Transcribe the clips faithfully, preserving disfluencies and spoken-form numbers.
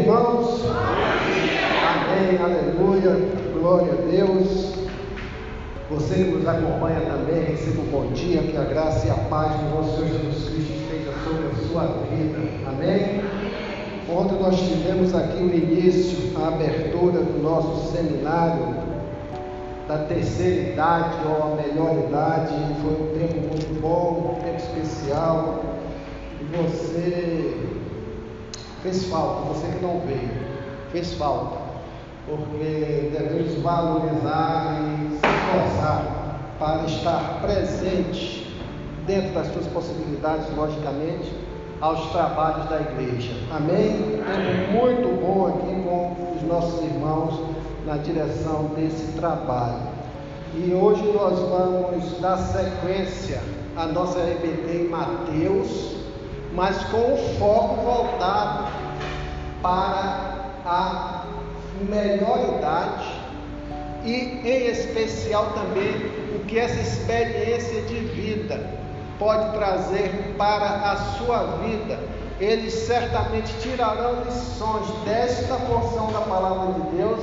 irmãos? Amém, aleluia, glória a Deus. Você que nos acompanha também, receba um bom dia, que a graça e a paz do nosso Senhor Jesus Cristo esteja sobre a sua vida. Amém? Ontem nós tivemos aqui o início, a abertura do nosso seminário da terceira idade ou a melhor idade. Foi um tempo muito bom, um tempo especial. E você fez falta, você que não veio, fez falta, porque devemos valorizar e se esforçar para estar presente dentro das suas possibilidades, logicamente, aos trabalhos da igreja. Amém? Tempo muito bom aqui com os nossos irmãos na direção desse trabalho. E hoje nós vamos dar sequência à nossa E B D em Mateus, mas com o foco voltado para a melhor idade e, em especial, também o que essa experiência de vida pode trazer para a sua vida. Eles certamente tirarão lições desta porção da palavra de Deus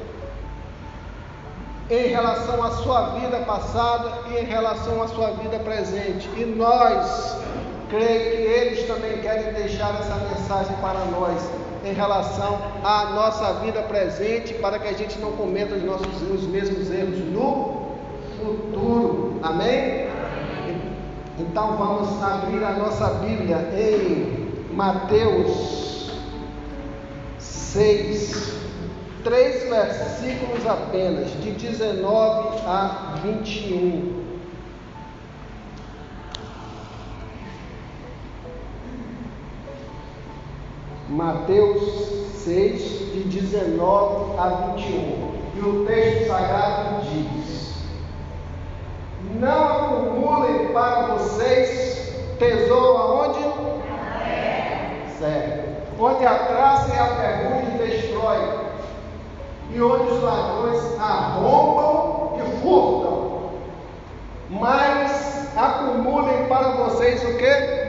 em relação à sua vida passada e em relação à sua vida presente. E nós, creio que eles também querem deixar essa mensagem para nós em relação à nossa vida presente, para que a gente não cometa os, nossos, os mesmos erros no futuro. Amém? Então vamos abrir a nossa Bíblia em Mateus seis, três versículos apenas, de dezenove a vinte e um. Mateus seis, de dezenove a vinte e um. E o texto sagrado diz: não acumulem para vocês tesouro aonde? Certo. Onde a traça e a ferrugem destrói, e onde os ladrões arrombam e furtam. Mas acumulem para vocês o quê?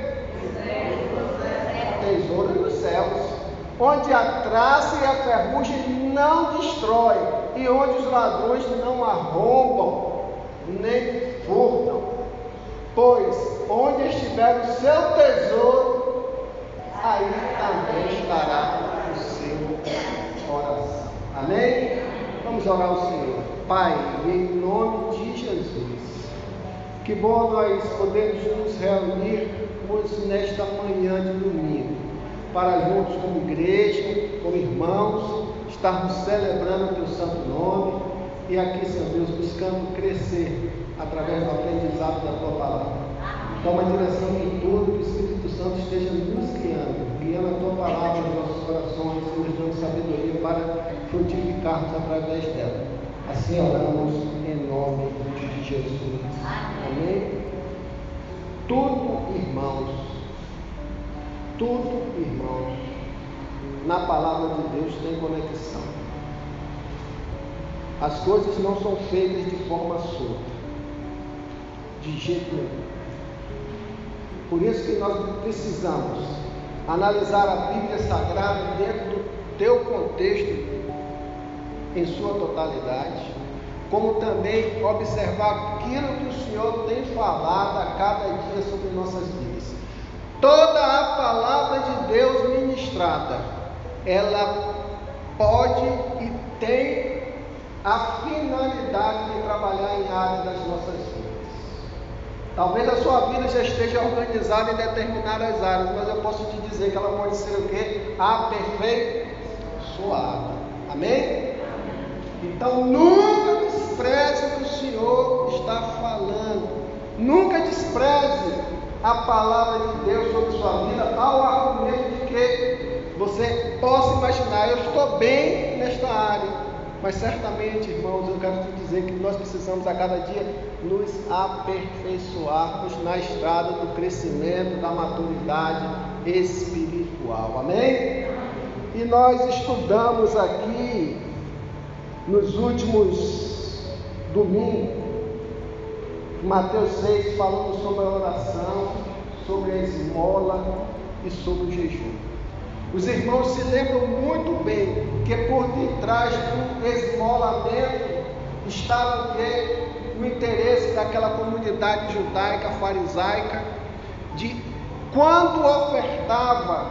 Tesouro nos céus, onde a traça e a ferrugem não destrói, e onde os ladrões não arrombam nem furtam. Pois onde estiver o seu tesouro, aí também estará o seu coração. Amém? Vamos orar ao Senhor. Pai, em nome de Jesus, que bom nós podemos nos reunir nesta manhã de domingo, para juntos como igreja, como irmãos, estarmos celebrando o teu santo nome e aqui, Senhor Deus, buscando crescer através do aprendizado da tua palavra. Toma a direção em tudo, que o Espírito Santo esteja nos guiando, guiando a tua palavra nos nossos corações e nos dando sabedoria para frutificarmos através dela. Assim oramos em nome de Jesus. Amém? Tudo, irmãos, tudo, irmãos, na palavra de Deus tem conexão. As coisas não são feitas de forma solta, de jeito nenhum. Por isso que nós precisamos analisar a Bíblia Sagrada dentro do teu contexto, em sua totalidade, como também observar aquilo que o Senhor tem falado a cada dia sobre nossas vidas. Toda a palavra de Deus ministrada, ela pode e tem a finalidade de trabalhar em áreas das nossas vidas. Talvez a sua vida já esteja organizada em determinadas áreas, mas eu posso te dizer que ela pode ser o quê? Aperfeiçoada. Amém? Então nunca despreze o que o Senhor está falando. Nunca despreze a palavra de Deus sobre sua vida, ao argumento de que você possa imaginar, eu estou bem nesta área. Mas certamente, irmãos, eu quero te dizer que nós precisamos a cada dia nos aperfeiçoarmos na estrada do crescimento, da maturidade espiritual. Amém? E nós estudamos aqui nos últimos domingos, Mateus seis, falando sobre a oração, sobre a esmola e sobre o jejum. Os irmãos se lembram muito bem que por detrás do esmolamento estava o quê? O interesse daquela comunidade judaica, farisaica, de quando ofertava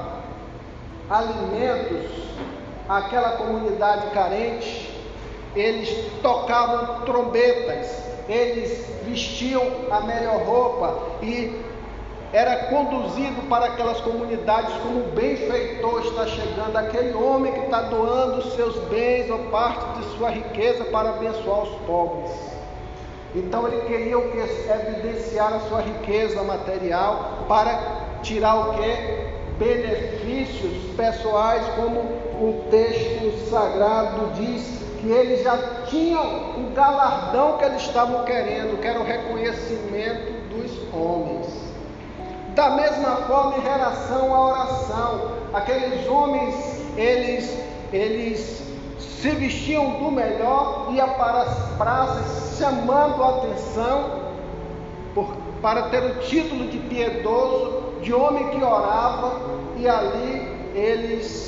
alimentos àquela comunidade carente, eles tocavam trombetas, eles vestiam a melhor roupa e era conduzido para aquelas comunidades como um benfeitor. Está chegando aquele homem que está doando os seus bens ou parte de sua riqueza para abençoar os pobres. Então ele queria o que? Evidenciar a sua riqueza material para tirar o que? Benefícios pessoais, como o texto sagrado diz, que eles já tinham o galardão que eles estavam querendo, que era o reconhecimento dos homens. Da mesma forma, em relação à oração, aqueles homens, eles, eles se vestiam do melhor, iam para as praças chamando a atenção, por, para ter o título de piedoso, de homem que orava, e ali eles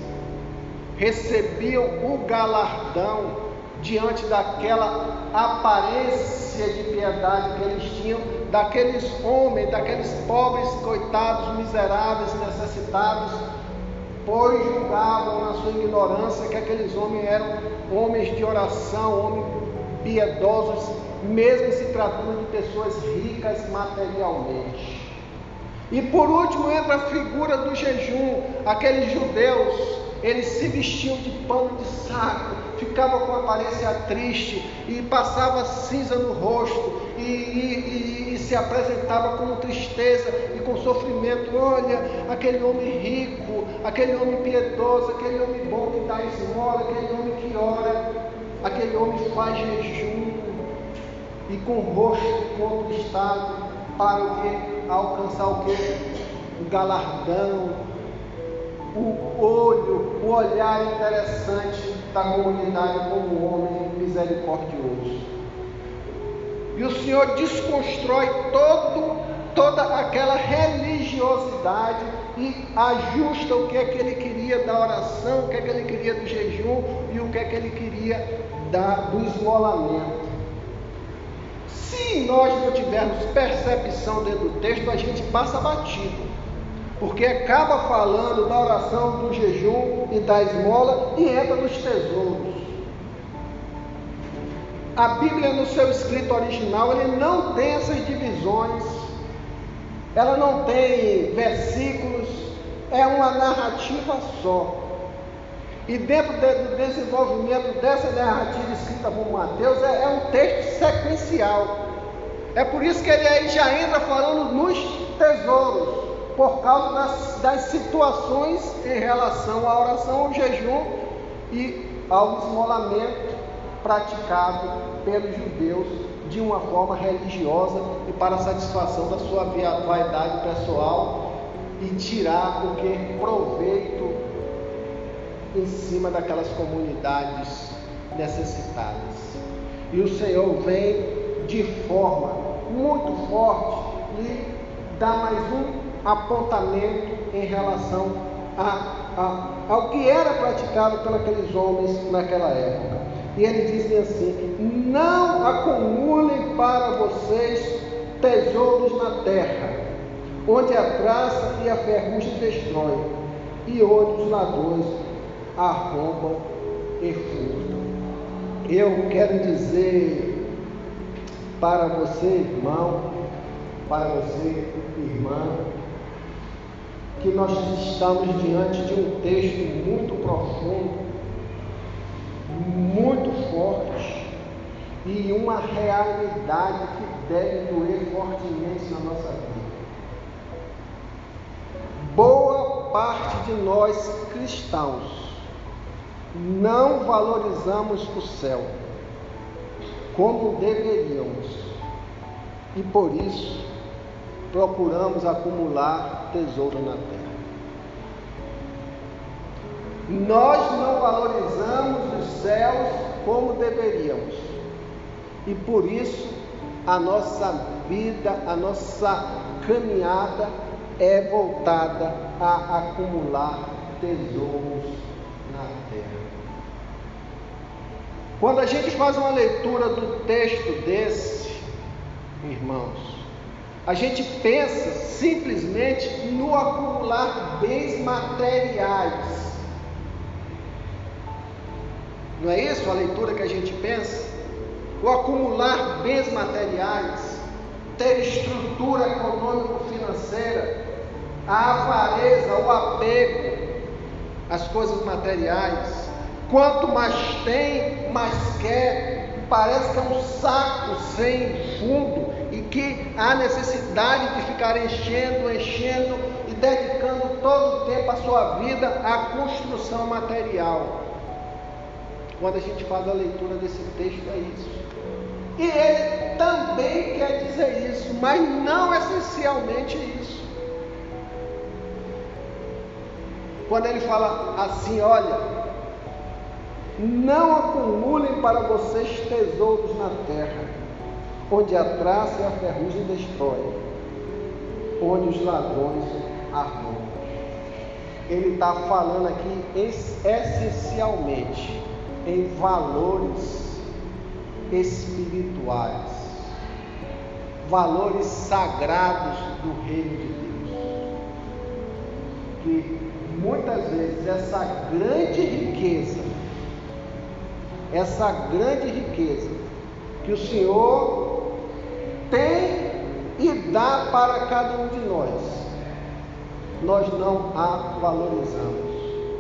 recebiam o galardão diante daquela aparência de piedade que eles tinham, daqueles homens, daqueles pobres, coitados, miseráveis, necessitados, pois julgavam na sua ignorância que aqueles homens eram homens de oração, homens piedosos, mesmo se tratando de pessoas ricas materialmente. E por último entra a figura do jejum. Aqueles judeus, eles se vestiam de pano de saco, ficavam com aparência triste e passava cinza no rosto e, e, e, e se apresentava com tristeza e com sofrimento. Olha, aquele homem rico, aquele homem piedoso, aquele homem bom que dá esmola, aquele homem que ora, aquele homem faz jejum e com o rosto contristado para o quê? Alcançar o quê? O galardão, o olho, o olhar interessante da comunidade como um homem misericordioso. E o Senhor desconstrói todo, toda aquela religiosidade e ajusta o que é que Ele queria da oração, o que é que Ele queria do jejum e o que é que Ele queria da, do esmolamento. Se nós não tivermos percepção dentro do texto, a gente passa batido, porque acaba falando da oração, do jejum e da esmola e entra nos tesouros. A Bíblia, no seu escrito original, ele não tem essas divisões, ela não tem versículos, é uma narrativa só. E dentro de, do desenvolvimento dessa narrativa escrita por Mateus, é, é um texto sequencial. É por isso que ele aí já entra falando nos tesouros, por causa das, das situações em relação à oração, ao jejum e ao esmolamento praticado pelos judeus de uma forma religiosa e para a satisfação da sua vaidade pessoal e tirar o que? Proveito em cima daquelas comunidades necessitadas. E o Senhor vem de forma muito forte e dá mais um apontamento em relação a, a, ao que era praticado por aqueles homens naquela época. E ele diz assim: não acumulem para vocês tesouros na terra, onde a traça e a ferrugem destrói, e onde os ladrões arrombam e furtam. Eu quero dizer para você, irmão, para você, irmã, que nós estamos diante de um texto muito profundo, muito forte e uma realidade que deve doer fortemente na nossa vida. Boa parte de nós cristãos não valorizamos o céu como deveríamos e por isso procuramos acumular tesouro na terra. Nós não valorizamos os céus como deveríamos e por isso a nossa vida, a nossa caminhada é voltada a acumular tesouros na terra. Quando a gente faz uma leitura do texto desse, irmãos, a gente pensa simplesmente no acumular bens materiais. Não é isso a leitura que a gente pensa? O acumular bens materiais, ter estrutura econômico-financeira, a avareza, o apego às coisas materiais. Quanto mais tem, mais quer. Parece que é um saco sem fundo e que há necessidade de ficar enchendo, enchendo e dedicando todo o tempo a sua vida à construção material. Quando a gente faz a leitura desse texto, é isso. E ele também quer dizer isso, mas não essencialmente isso. Quando ele fala assim, olha, não acumulem para vocês tesouros na terra, onde a traça e a ferrugem destroem, onde os ladrões arrombam. Ele está falando aqui essencialmente em valores espirituais, valores sagrados do reino de Deus, que muitas vezes essa grande riqueza, essa grande riqueza que o Senhor tem e dá para cada um de nós, nós não a valorizamos.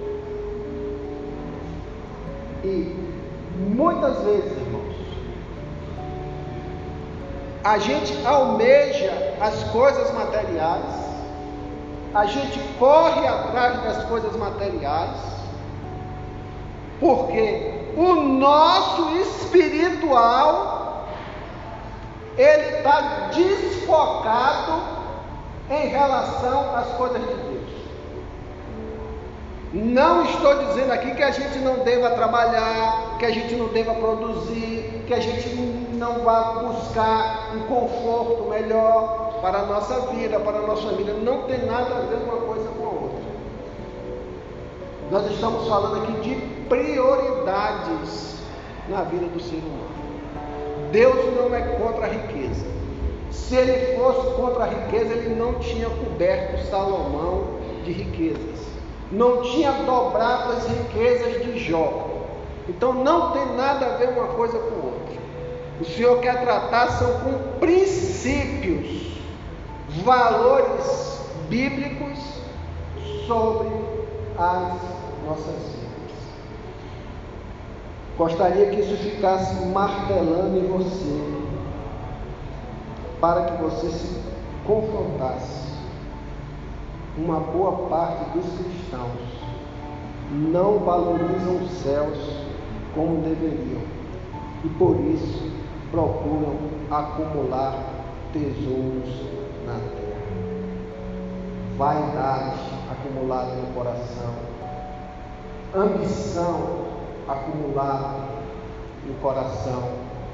E muitas vezes, irmãos, a gente almeja as coisas materiais, a gente corre atrás das coisas materiais, porque o nosso espiritual, ele está desfocado em relação às coisas de Deus. Não estou dizendo aqui que a gente não deva trabalhar, que a gente não deva produzir, que a gente não vá buscar um conforto melhor para a nossa vida, para a nossa família. Não tem nada a ver uma coisa com a outra. Nós estamos falando aqui de prioridades na vida do ser humano. Deus não é contra a riqueza. Se ele fosse contra a riqueza, ele não tinha coberto Salomão de riquezas, não tinha dobrado as riquezas de Jó. Então não tem nada a ver uma coisa com outra. O Senhor quer tratar são com princípios, valores bíblicos sobre as nossas vidas. Gostaria que isso ficasse martelando em você, para que você se confrontasse. Uma boa parte dos cristãos não valorizam os céus como deveriam e por isso procuram acumular tesouros na terra. Vaidade acumulada no coração, ambição acumulada no coração,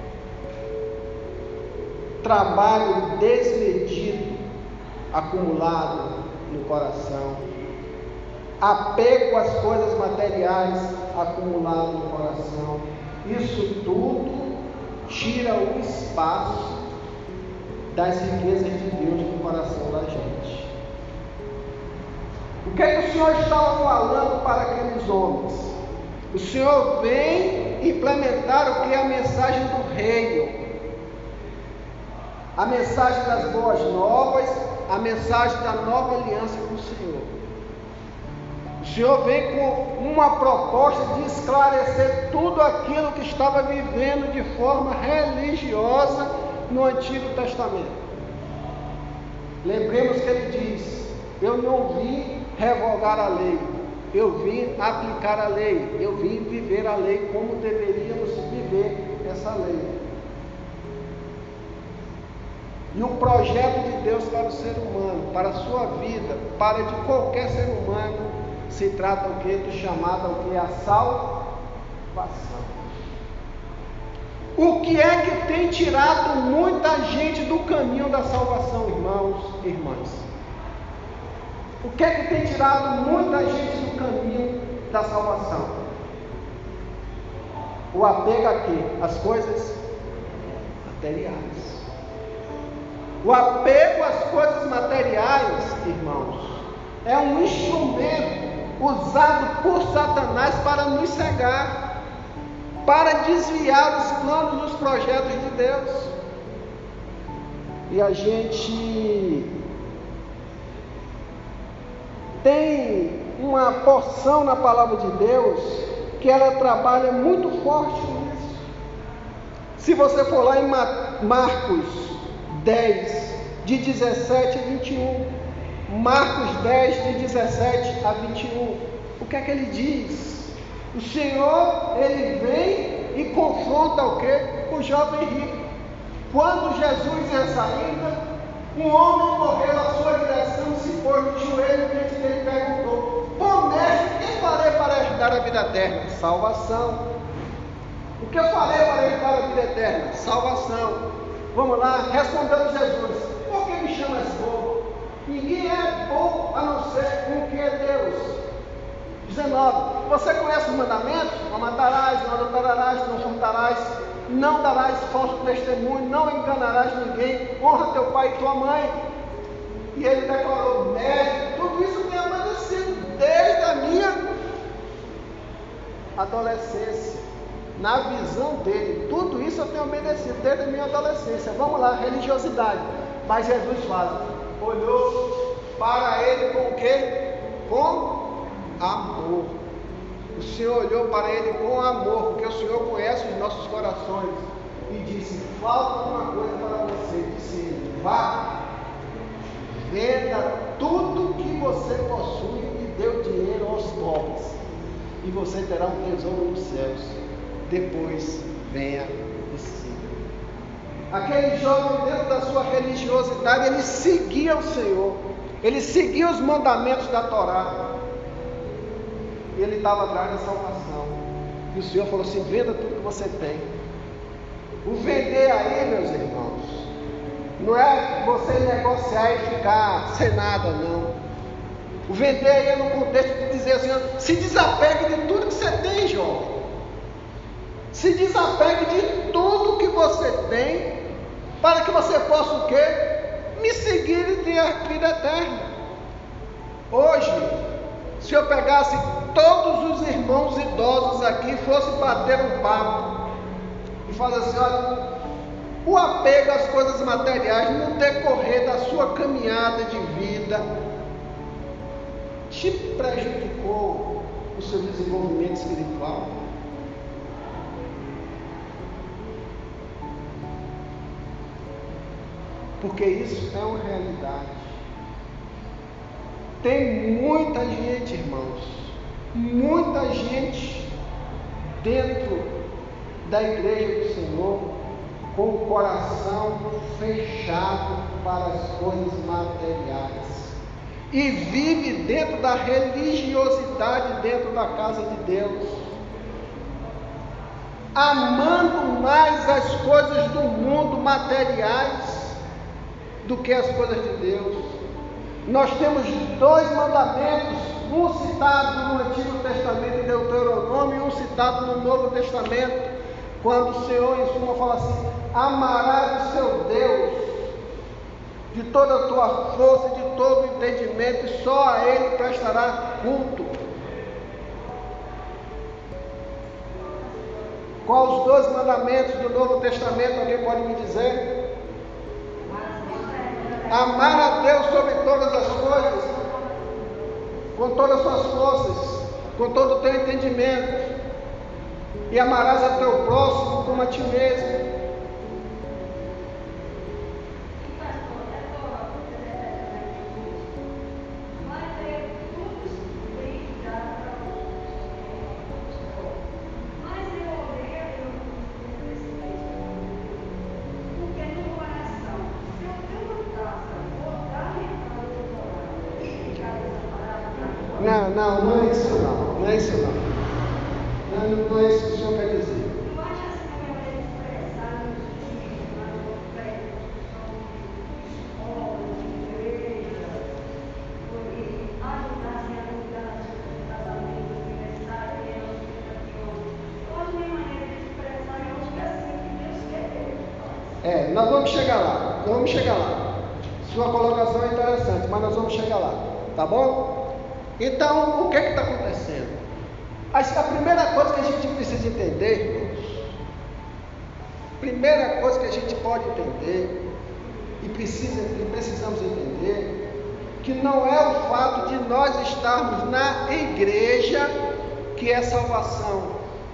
trabalho desmedido acumulado no coração, apego às coisas materiais acumulado no coração. Isso tudo tira o espaço das riquezas de Deus no coração da gente. O que é que o Senhor estava falando para aqueles homens? O Senhor vem implementar o que é a mensagem do reino, a mensagem das boas novas, a mensagem da nova aliança com o Senhor. O Senhor vem com uma proposta de esclarecer tudo aquilo que estava vivendo de forma religiosa no Antigo Testamento. Lembremos que ele diz: eu não vim revogar a lei, eu vim aplicar a lei, eu vim viver a lei como deveríamos viver essa lei. E o projeto de Deus para o ser humano, para a sua vida, para de qualquer ser humano, se trata o que? Do chamado ao que? A salvação. O que é que tem tirado muita gente do caminho da salvação, irmãos e irmãs? O que é que tem tirado muita gente do caminho da salvação? O apego a quê? As coisas materiais. O apego às coisas materiais, irmãos, é um instrumento usado por Satanás para nos cegar, para desviar os planos, os projetos de Deus. E a gente tem uma porção na palavra de Deus que ela trabalha muito forte nisso. Se você for lá em Marcos dez, de dezessete a vinte e um, Marcos dez, de dezessete a vinte e um, o que é que ele diz? O Senhor, ele vem e confronta o quê? O jovem rico. Quando Jesus ia saindo, um homem correu à sua direção, se pôs de joelho diante dele e perguntou: Bom mestre, o que farei para herdar a vida eterna? Salvação. O que eu farei para herdar a vida eterna? Salvação. Vamos lá, respondeu Jesus: Por que me chamas bom? Ninguém é bom a não ser um que é Deus. dezenove. Você conhece os mandamentos? Não matarás, não adulterarás, não furtarás, não darás falso testemunho, não enganarás ninguém, honra teu pai e tua mãe. E ele declarou: Mestre, tudo isso tem acontecido desde a minha adolescência. Na visão dele, tudo isso eu tenho obedecido desde a minha adolescência. Vamos lá, religiosidade. Mas Jesus fala, olhou para ele com o quê? Com amor. O Senhor olhou para ele com amor, porque o Senhor conhece os nossos corações. E disse: falta uma coisa para você. Disse ele: vá, venda tudo que você possui e dê o dinheiro aos pobres, e você terá um tesouro nos céus. Depois venha e siga. Aquele jovem, dentro da sua religiosidade, ele seguia o Senhor, ele seguia os mandamentos da Torá. Ele estava atrás da salvação. E o Senhor falou assim: venda tudo que você tem. O vender aí, meus irmãos, não é você negociar e ficar sem nada, não. O vender aí é no contexto de dizer assim: se desapegue de tudo que você tem, jovem. Se desapegue de tudo que você tem, para que você possa o quê? Me seguir e ter a vida eterna. Hoje, se eu pegasse todos os irmãos idosos aqui, fosse bater um papo e falar assim: olha, o apego às coisas materiais no decorrer da sua caminhada de vida te prejudicou o seu desenvolvimento espiritual? Porque isso é uma realidade. Tem muita gente, irmãos, muita gente dentro da igreja do Senhor com o coração fechado para as coisas materiais e vive dentro da religiosidade dentro da casa de Deus, amando mais as coisas do mundo materiais do que as coisas de Deus. Nós temos dois mandamentos, um citado no Antigo Testamento em Deuteronômio e um citado no Novo Testamento, quando o Senhor em suma fala assim: amarás o seu Deus de toda a tua força, de todo o entendimento, e só a Ele prestará culto. Quais os dois mandamentos do Novo Testamento? Alguém pode me dizer? Amar a Deus sobre todas as coisas, com todas as suas forças, com todo o teu entendimento, e amarás a teu próximo como a ti mesmo. Não, não, não é isso não, não é isso não. Não, não é isso que o Senhor quer dizer. É, nós vamos chegar lá, nós vamos chegar lá. Sua colocação é interessante, mas nós vamos chegar lá, tá bom? Então, o que está acontecendo? Acho que a primeira coisa que a gente precisa entender, irmãos, primeira coisa que a gente pode entender, e, precisa, e precisamos entender, que não é o fato de nós estarmos na igreja que é salvação,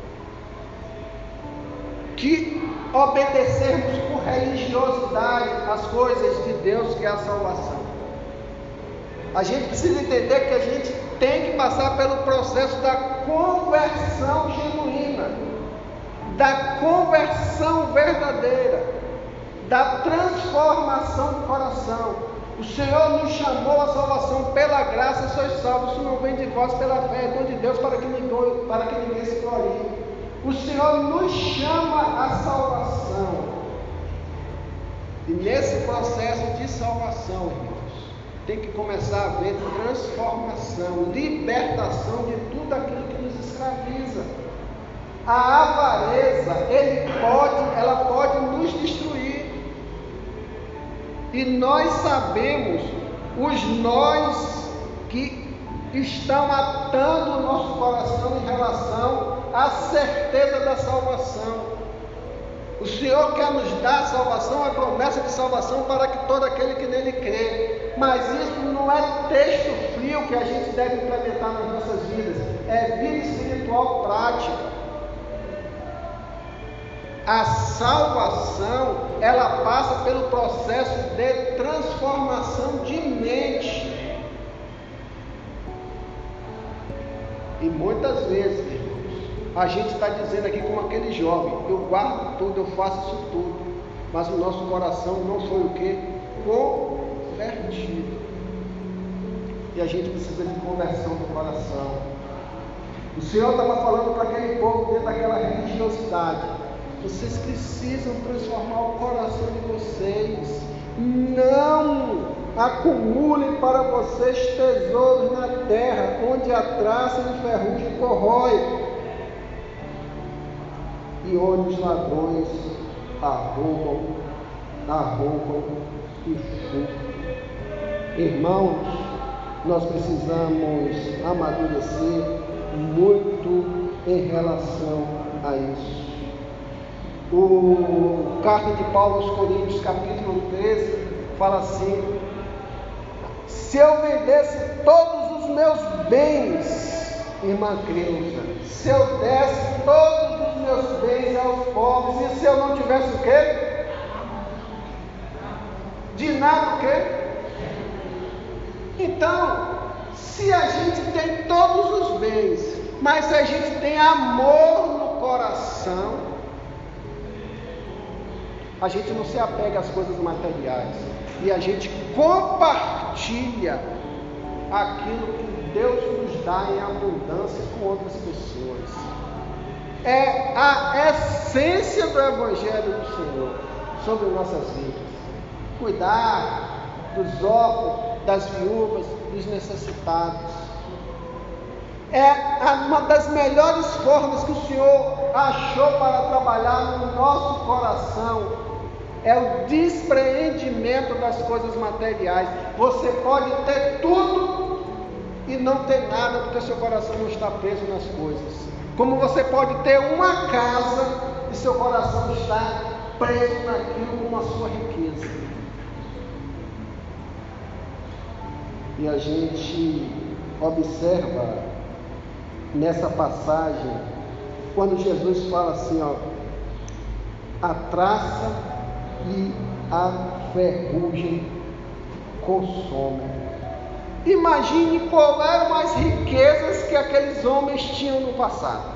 que obedecermos por religiosidade as coisas de Deus que é a salvação. A gente precisa entender que a gente tem que passar pelo processo da conversão genuína, da conversão verdadeira, da transformação do coração. O Senhor nos chamou à salvação pela graça, sois salvos. Isso não vem de vós pela fé, é dom de Deus para que ninguém, para que ninguém se glorie. O Senhor nos chama à salvação. E nesse processo de salvação, irmãos, tem que começar a haver transformação, libertação de tudo aquilo que nos escraviza. A avareza, ele pode, ela pode nos destruir. E nós sabemos, os nós que estão atando o nosso coração em relação à certeza da salvação. O Senhor quer nos dar a salvação, a promessa de salvação para que todo aquele que nele crê. Mas isso não é texto frio que a gente deve implementar nas nossas vidas. É vida espiritual prática. A salvação, ela passa pelo processo de transformação de mente. E muitas vezes, irmãos, a gente está dizendo aqui como aquele jovem: eu guardo tudo, eu faço isso tudo, mas o nosso coração não foi o quê? Convertido. E a gente precisa de conversão do coração. O Senhor estava falando para aquele povo dentro daquela religiosidade: vocês precisam transformar o coração de vocês. Não acumulem para vocês tesouros na terra, onde a traça e ferrugem corrói, e onde os ladrões arrombam, arrombam e furtam. Irmãos, nós precisamos amadurecer muito em relação a isso. O carta de Paulo aos Coríntios, capítulo treze, fala assim: se eu vendesse todos os meus bens, irmã Creuza, se eu desse todos os meus bens aos pobres, e se eu não tivesse o quê? De nada o quê? Então, se a gente tem todos os bens, mas se a gente tem amor no coração, a gente não se apega às coisas materiais e a gente compartilha aquilo que Deus nos dá em abundância com outras pessoas. É a essência do Evangelho do Senhor sobre nossas vidas. Cuidar dos órfãos, das viúvas, dos necessitados. É uma das melhores formas que o Senhor achou para trabalhar no nosso coração. É o despreendimento das coisas materiais. Você pode ter tudo e não ter nada, porque seu coração não está preso nas coisas. Como você pode ter uma casa e seu coração está preso naquilo com a sua riqueza. E a gente observa nessa passagem, quando Jesus fala assim, ó, a traça e a ferrugem consomem. Imagine qual eram as riquezas que aqueles homens tinham no passado.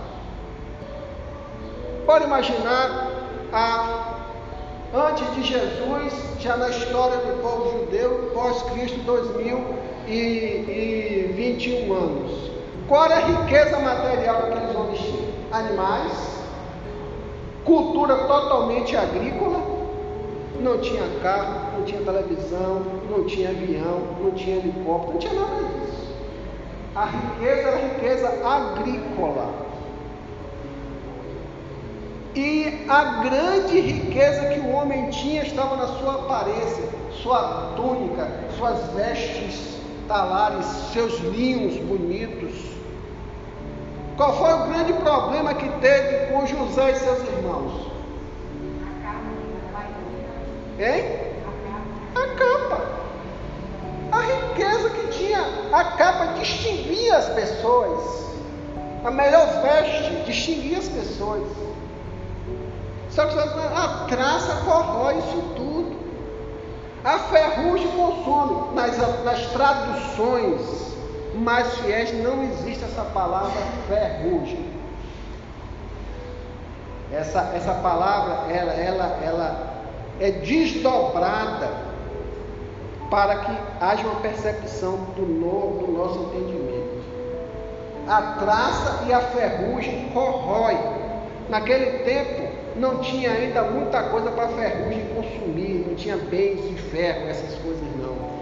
Pode imaginar, a, antes de Jesus, já na história do povo judeu, pós-Cristo, dois mil e vinte e um anos. Qual era a riqueza material que aqueles homens tinham? Animais, cultura totalmente agrícola, não tinha carro, não tinha televisão, não tinha avião, não tinha helicóptero, não tinha nada disso. A riqueza era a riqueza agrícola. E a grande riqueza que o homem tinha estava na sua aparência, sua túnica, suas vestes talares, seus linhos bonitos. Qual foi o grande problema que teve com José e seus irmãos? Hein? A capa. A riqueza que tinha. A capa distinguia as pessoas. A melhor veste distinguia as pessoas. Só que a traça corrói isso tudo. A ferrugem consome. Nas, nas traduções mais fiéis não existe essa palavra ferrugem. Essa, essa palavra ela, ela, ela é desdobrada para que haja uma percepção do novo, do nosso entendimento. A traça e a ferrugem corrói. Naquele tempo não tinha ainda muita coisa para a ferrugem consumir, não tinha bens de ferro, essas coisas não.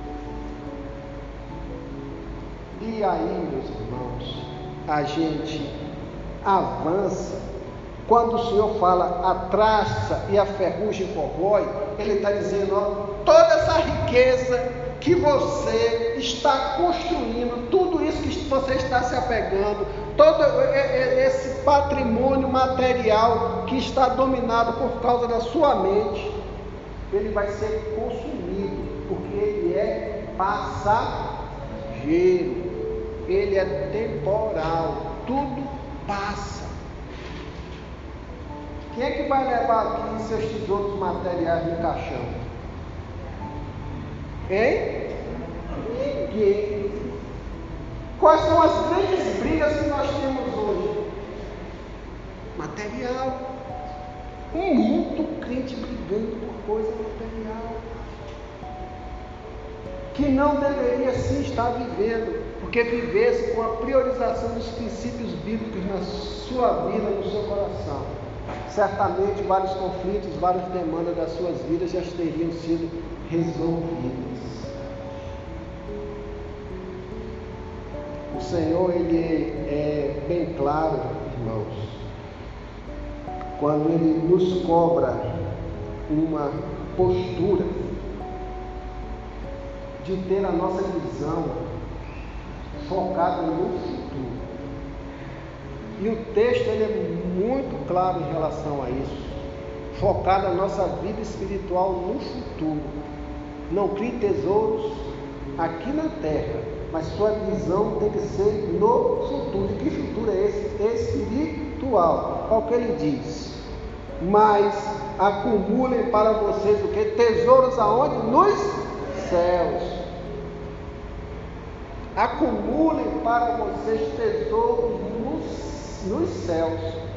E aí, meus irmãos, a gente avança. Quando o Senhor fala a traça e a ferrugem corrói, Ele está dizendo, ó, toda essa riqueza que você está construindo, tudo isso que você está se apegando, todo esse patrimônio material que está dominado por causa da sua mente, ele vai ser consumido, porque ele é passageiro, ele é temporal, tudo passa. Quem é que vai levar aqui seus tesouros materiais no caixão? Hein? Ninguém. Quais são as grandes brigas que nós temos hoje? Material. Muito crente brigando por coisa material, que não deveria sim estar vivendo, porque vivesse com a priorização dos princípios bíblicos na sua vida, no seu coração. Certamente vários conflitos, várias demandas das suas vidas já teriam sido resolvidas. O Senhor, Ele é bem claro, irmãos, quando Ele nos cobra uma postura de ter a nossa visão focada no futuro. E o texto ele é muito claro em relação a isso. Focada a nossa vida espiritual no futuro. Não crie tesouros aqui na terra, mas sua visão tem que ser no futuro. E que futuro é esse? Espiritual. Olha o que ele diz. Mas acumulem para vocês o que? Tesouros aonde? Nos céus. Acumulem para vocês tesouros nos nos céus.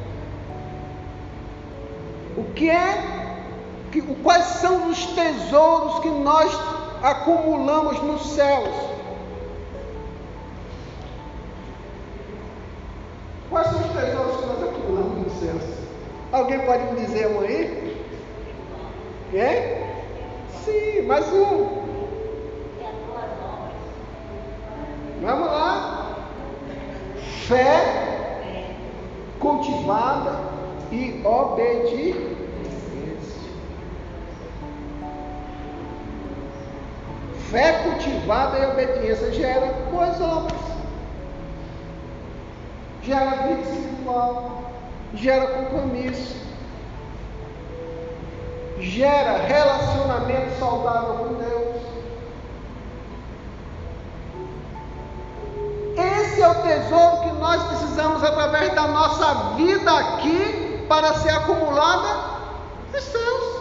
O que é? Que, quais são os tesouros que nós acumulamos nos céus? Quais são os tesouros que nós acumulamos nos céus? Alguém pode me dizer um aí? É? Sim, mais um. Vamos lá. Fé cultivada e obediência. Fé cultivada e obediência gera boas obras, gera vida espiritual, gera compromisso, gera relacionamento saudável com Deus. Esse é o tesouro que nós precisamos através da nossa vida aqui para ser acumulada nos céus.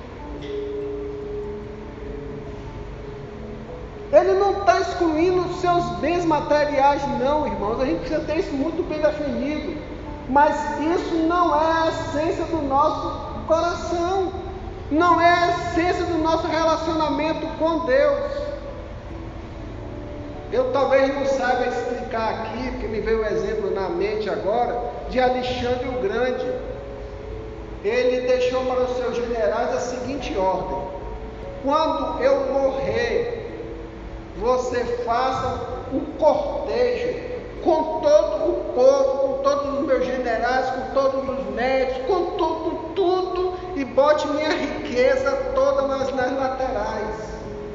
Ele não está excluindo os seus bens materiais, não, irmãos. A gente precisa ter isso muito bem definido. Mas isso não é a essência do nosso coração. Não é a essência do nosso relacionamento com Deus. Eu talvez não saiba explicar aqui, porque me veio um exemplo na mente agora, de Alexandre o Grande. Ele deixou para os seus generais a seguinte ordem: quando eu morrer, você faça um cortejo com todo o povo, com todos os meus generais, com todos os médicos, com tudo, tudo, e bote minha riqueza toda nas, nas laterais.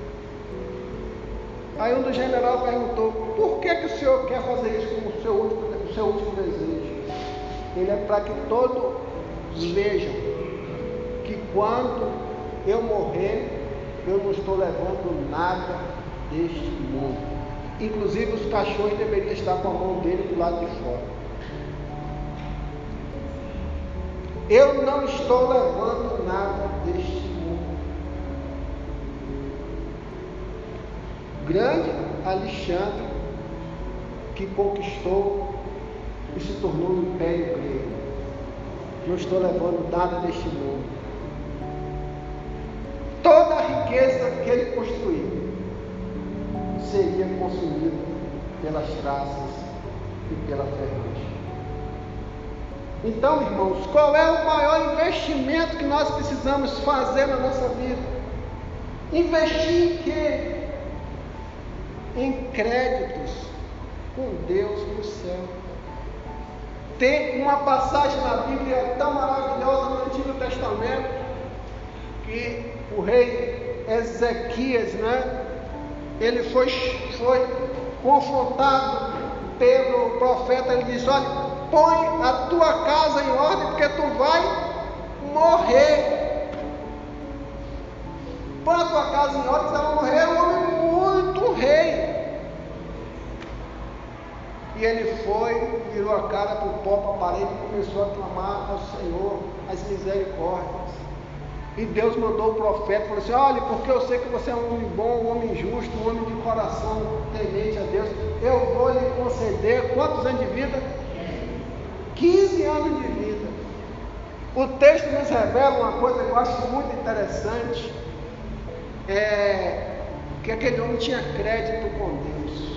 Aí um dos generais perguntou: por que, que o senhor quer fazer isso como o seu último, o seu último desejo? Ele é para que todos vejam que quando eu morrer, eu não estou levando nada deste mundo. Inclusive os cachorros deveriam estar com a mão dele do lado de fora. Eu não estou levando nada deste mundo. Grande Alexandre, que conquistou e se tornou um império grego. Não estou levando nada deste mundo. Toda a riqueza que ele construiu seria consumida pelas traças e pela ferrugem. Então, irmãos, qual é o maior investimento que nós precisamos fazer na nossa vida? Investir em quê? Em créditos com Deus no céu. Tem uma passagem na Bíblia tão maravilhosa no Antigo Testamento, que o rei Ezequias, né, ele foi, foi confrontado pelo profeta. Ele disse: olha, põe a tua casa em ordem, porque tu vai morrer. Põe a tua casa em ordem, você vai morrer. É um homem muito rei. E ele foi, virou a cara para o pó, para a parede, e começou a clamar ao Senhor as misericórdias. E Deus mandou o profeta, falou assim: olha, porque eu sei que você é um homem bom, um homem justo, um homem de coração temente a Deus, eu vou lhe conceder quantos anos de vida? quinze anos de vida. O texto nos revela uma coisa que eu acho muito interessante, é que aquele homem tinha crédito com Deus.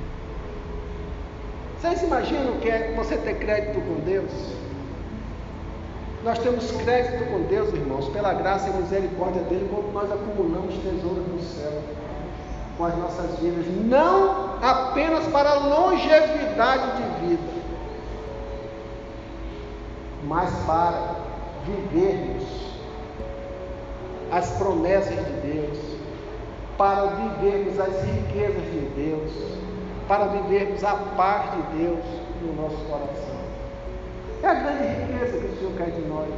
Vocês imaginam o que é você ter crédito com Deus? Nós temos crédito com Deus, irmãos, pela graça e misericórdia dele, quando nós acumulamos tesouros no céu com as nossas vidas, não apenas para longevidade de vida, mas para vivermos as promessas de Deus, para vivermos as riquezas de Deus, para vivermos a paz de Deus no nosso coração. É a grande riqueza que o Senhor quer de nós.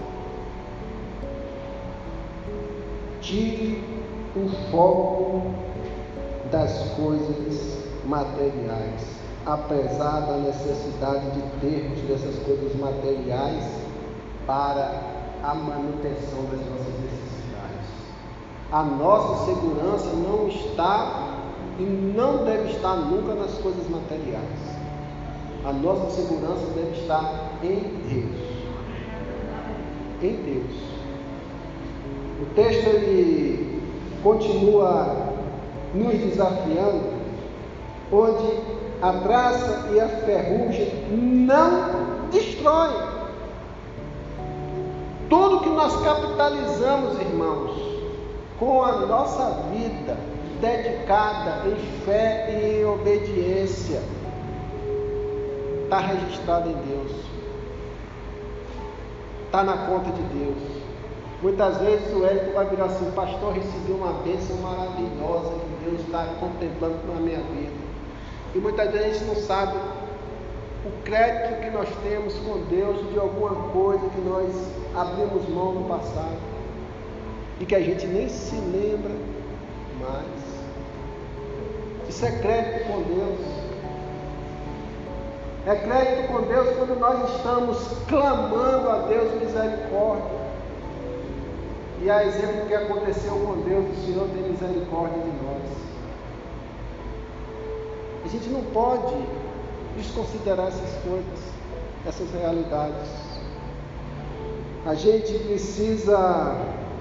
Tire o foco das coisas materiais, apesar da necessidade de termos dessas coisas materiais para a manutenção das nossas necessidades. A nossa segurança não está e não deve estar nunca nas coisas materiais. A nossa segurança deve estar em Deus. Em Deus. O texto ele continua nos desafiando, onde a traça e a ferrugem não destroem. Tudo que nós capitalizamos, irmãos, com a nossa vida dedicada em fé e em obediência, está registrado em Deus, está na conta de Deus. Muitas vezes o Érico vai virar assim: pastor, recebi uma bênção maravilhosa que Deus está contemplando na minha vida. E muitas vezes a gente não sabe o crédito que nós temos com Deus de alguma coisa que nós abrimos mão no passado e que a gente nem se lembra mais. Isso é crédito com Deus. É crédito com Deus quando nós estamos clamando a Deus misericórdia. E a exemplo do que aconteceu com Deus, o Senhor tem misericórdia de nós. A gente não pode desconsiderar essas coisas, essas realidades. A gente precisa,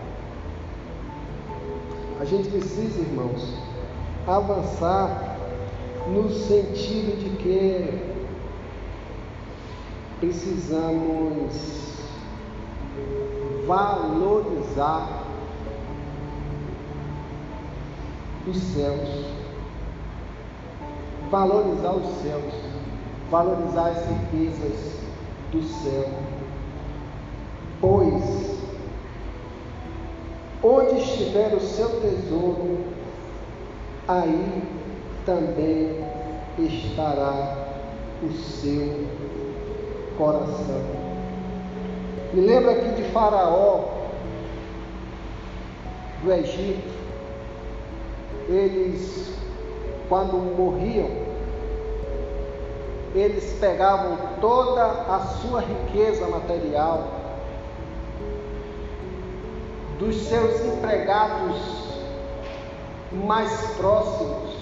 a gente precisa, irmãos, avançar no sentido de que precisamos valorizar os céus, valorizar os céus, valorizar as riquezas do céu. Pois, onde estiver o seu tesouro, aí também estará o seu coração. Me lembra aqui de Faraó, do Egito. Eles, quando morriam, eles pegavam toda a sua riqueza material, dos seus empregados mais próximos,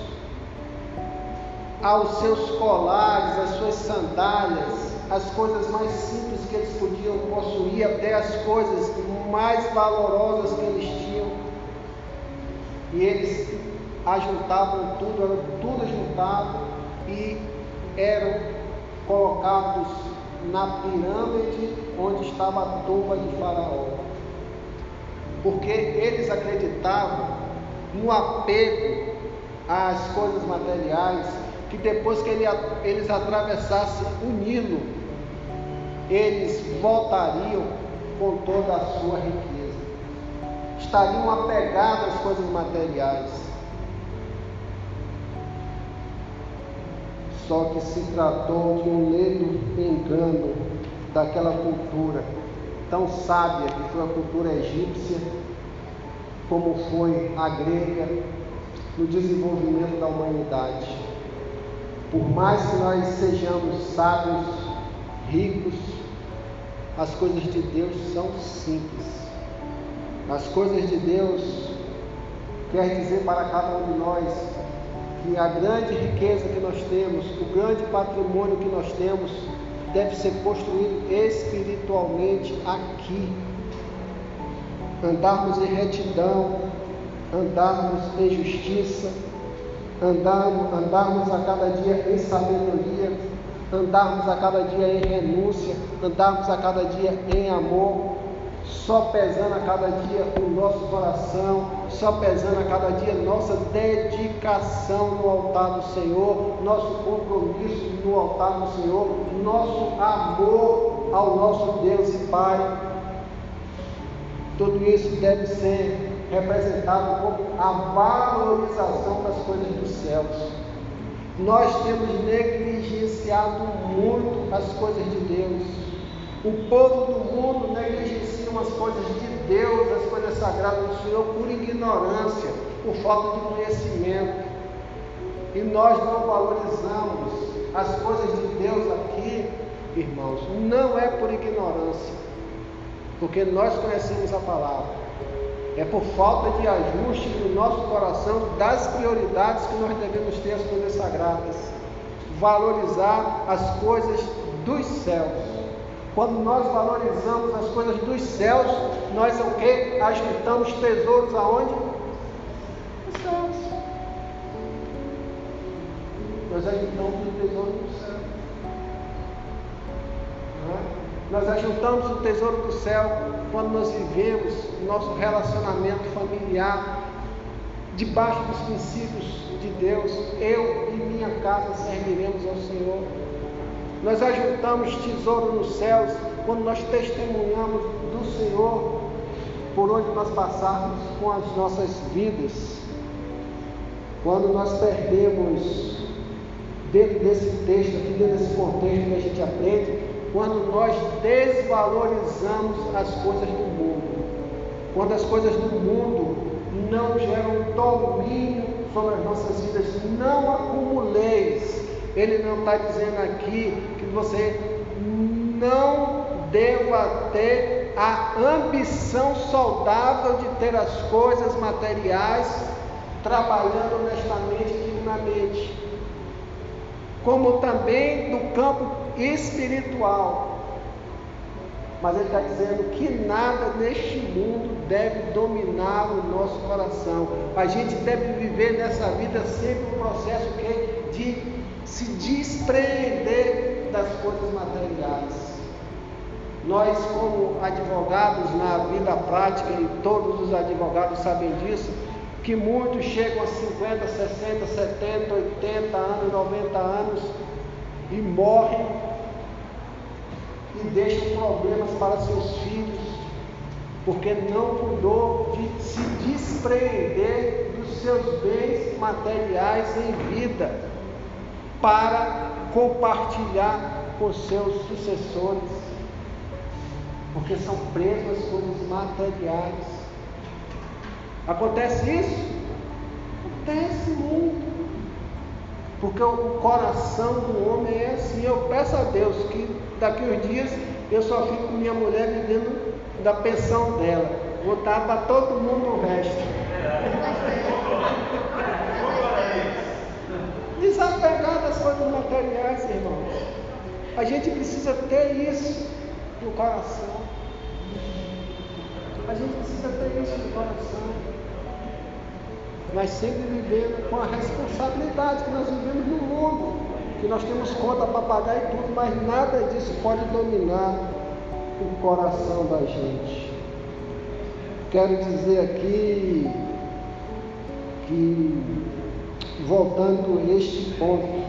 aos seus colares, às suas sandálias, as coisas mais simples que eles podiam possuir, até as coisas mais valorosas que eles tinham, e eles ajuntavam tudo, era tudo ajuntado e eram colocados na pirâmide onde estava a tumba de Faraó, porque eles acreditavam no apego às coisas materiais, que depois que ele, eles atravessassem o Nilo, eles voltariam com toda a sua riqueza, estariam apegados às coisas materiais. Só que se tratou de um ledo engano daquela cultura tão sábia que foi a cultura egípcia, como foi a grega, no desenvolvimento da humanidade. Por mais que nós sejamos sábios, ricos, as coisas de Deus são simples. As coisas de Deus quer dizer para cada um de nós que a grande riqueza que nós temos, o grande patrimônio que nós temos, deve ser construído espiritualmente aqui. Andarmos em retidão, andarmos em justiça, andarmos, andarmos a cada dia em sabedoria, andarmos a cada dia em renúncia, andarmos a cada dia em amor, só pesando a cada dia o nosso coração, só pesando a cada dia nossa dedicação no altar do Senhor, nosso compromisso no altar do Senhor, nosso amor ao nosso Deus e Pai. Tudo isso deve ser representado como a valorização das coisas dos céus. Nós temos negligenciado muito as coisas de Deus. O povo do mundo negligencia as coisas de Deus, as coisas sagradas do Senhor, por ignorância, por falta de conhecimento. E nós não valorizamos as coisas de Deus aqui, irmãos, não é por ignorância, porque nós conhecemos a palavra. É por falta de ajuste no nosso coração das prioridades que nós devemos ter as coisas sagradas. Valorizar as coisas dos céus. Quando nós valorizamos as coisas dos céus, nós o que? Ajuntamos tesouros aonde? Nos céus. Nós ajuntamos o tesouro do céu. Não é? Nós ajuntamos o tesouro do céu quando nós vivemos nosso relacionamento familiar debaixo dos princípios de Deus. Eu e minha casa serviremos ao Senhor. Nós ajuntamos tesouro nos céus quando nós testemunhamos do Senhor por onde nós passarmos com as nossas vidas. Quando nós perdemos, dentro desse texto aqui, dentro desse contexto que a gente aprende, quando nós desvalorizamos as coisas do mundo, quando as coisas do mundo não geram domínio sobre as nossas vidas, não acumuleis. Ele não está dizendo aqui que você não deva ter a ambição saudável de ter as coisas materiais, trabalhando honestamente e dignamente, como também no campo espiritual. Mas ele está dizendo que nada neste mundo deve dominar o nosso coração. A gente deve viver nessa vida sempre um processo que, de se despreender das coisas materiais. Nós, como advogados na vida prática, e todos os advogados sabem disso, que muitos chegam a cinquenta, sessenta, setenta, oitenta anos, noventa anos e morrem e deixam problemas para seus filhos, porque não cuidou de se despreender dos seus bens materiais em vida para compartilhar com seus sucessores, porque são presos às coisas materiais. Acontece isso? Acontece muito. Porque o coração do homem é assim. Eu peço a Deus que daqui uns dias eu só fico com minha mulher vivendo da pensão dela. Vou dar para todo mundo o resto. Desapegar das coisas materiais, irmãos. A gente precisa ter isso no coração. A gente precisa ter isso no coração. Mas sempre vivendo com a responsabilidade que nós vivemos no mundo, que nós temos conta para pagar e tudo, mas nada disso pode dominar o coração da gente. Quero dizer aqui que, voltando a este ponto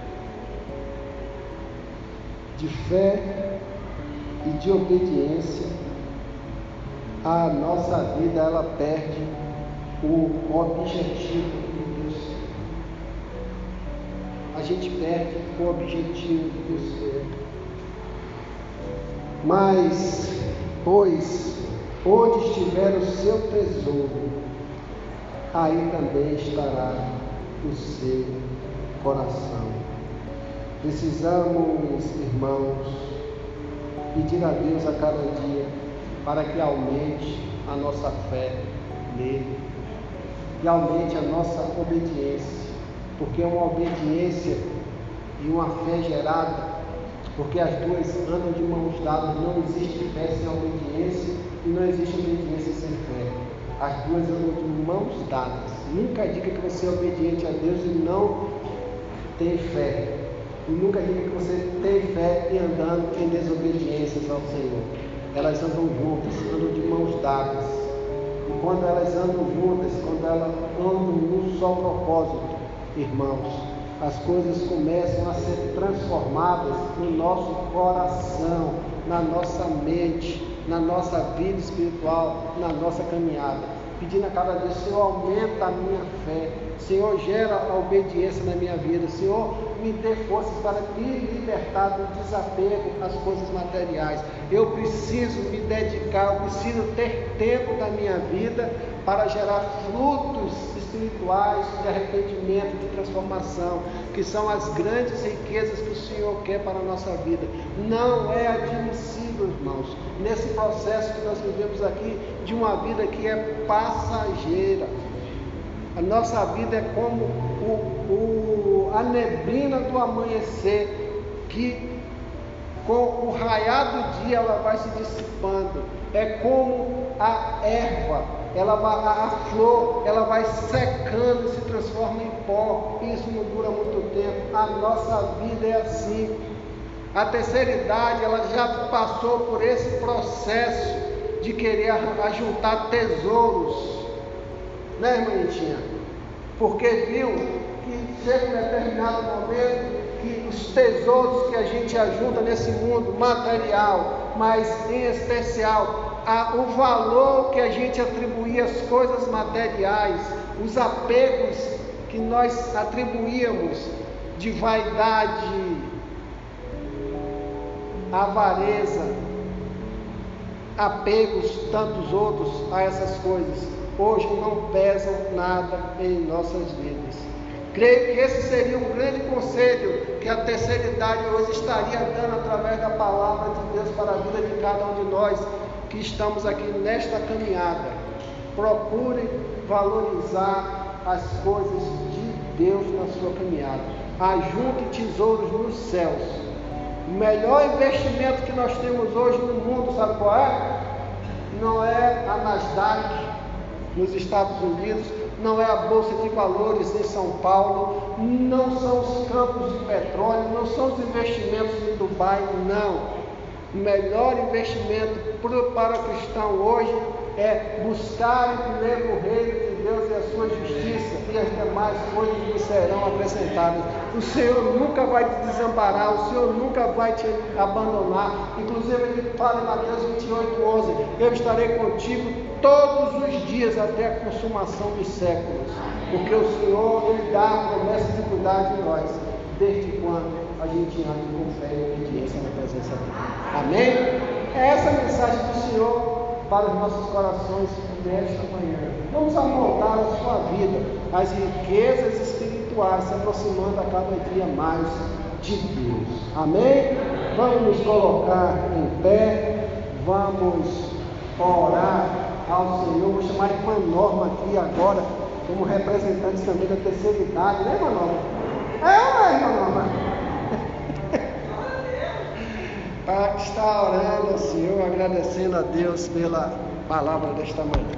de fé e de obediência, a nossa vida ela perde o objetivo de Deus. A gente perde o objetivo de Deus ser. Mas, pois, onde estiver o seu tesouro, aí também estará o seu coração. Precisamos, irmãos, pedir a Deus a cada dia para que aumente a nossa fé nele e aumente a nossa obediência, porque uma obediência e uma fé gerada, porque as duas andam de mãos dadas. Não existe fé sem obediência e não existe obediência sem fé. As duas andam de mãos dadas. Nunca diga que você é obediente a Deus e não tem fé. E nunca diga que você tem fé e andando em desobediência ao Senhor. Elas andam juntas, andam de mãos dadas. E quando elas andam juntas, quando elas andam num só propósito, irmãos, as coisas começam a ser transformadas no nosso coração, na nossa mente, na nossa vida espiritual, na nossa caminhada. Pedindo a cada vez, Senhor, aumenta a minha fé, Senhor, gera a obediência na minha vida, Senhor, me dê forças para me libertar do desapego às coisas materiais. Eu preciso me dedicar, eu preciso ter tempo da minha vida para gerar frutos espirituais de arrependimento, de transformação, que são as grandes riquezas que o Senhor quer para a nossa vida. Não é admissível, irmãos, nesse processo que nós vivemos aqui, de uma vida que é passageira. A nossa vida é como o, o, a neblina do amanhecer, que com o raiar do dia ela vai se dissipando. É como a erva, ela vai, a, a flor, ela vai secando e se transforma em pó. Isso não dura muito tempo. A nossa vida é assim. A terceira idade, ela já passou por esse processo de querer ajuntar tesouros, né, irmã Nitinha? Porque viu que chega um determinado momento que os tesouros que a gente ajunta nesse mundo material, mas em especial a, o valor que a gente atribuía às coisas materiais, os apegos que nós atribuíamos de vaidade, avareza, apegos, tantos outros a essas coisas, hoje não pesam nada em nossas vidas. Creio que esse seria um grande conselho que a terceira idade hoje estaria dando através da palavra de Deus para a vida de cada um de nós que estamos aqui nesta caminhada. Procure valorizar as coisas de Deus na sua caminhada. Ajunte tesouros nos céus. O melhor investimento que nós temos hoje no mundo, sabe qual é? Não é a Nasdaq nos Estados Unidos, não é a Bolsa de Valores em São Paulo, não são os campos de petróleo, não são os investimentos em Dubai, não. O melhor investimento para o cristão hoje é buscar em primeiro o reino de Deus e a sua justiça, e as demais coisas lhe serão acrescentadas. O Senhor nunca vai te desamparar, o Senhor nunca vai te abandonar. Inclusive ele fala em Mateus vinte e oito, onze, eu estarei contigo todos os dias até a consumação dos séculos, porque o Senhor ele dá a promessa de cuidar de nós, desde quando a gente anda com fé e obediência na presença dele. Amém? É essa a mensagem do Senhor para os nossos corações nesta manhã. Vamos amoldar a sua vida, as riquezas espirituais se aproximando a cada dia mais de Deus. Amém? Vamos nos colocar em pé, vamos orar ao Senhor. Vou chamar a irmã Norma aqui agora, como representante também da terceira idade, né, irmã Norma? É ou não é, irmã Norma? Para estar orando ao Senhor, agradecendo a Deus pela palavra desta manhã.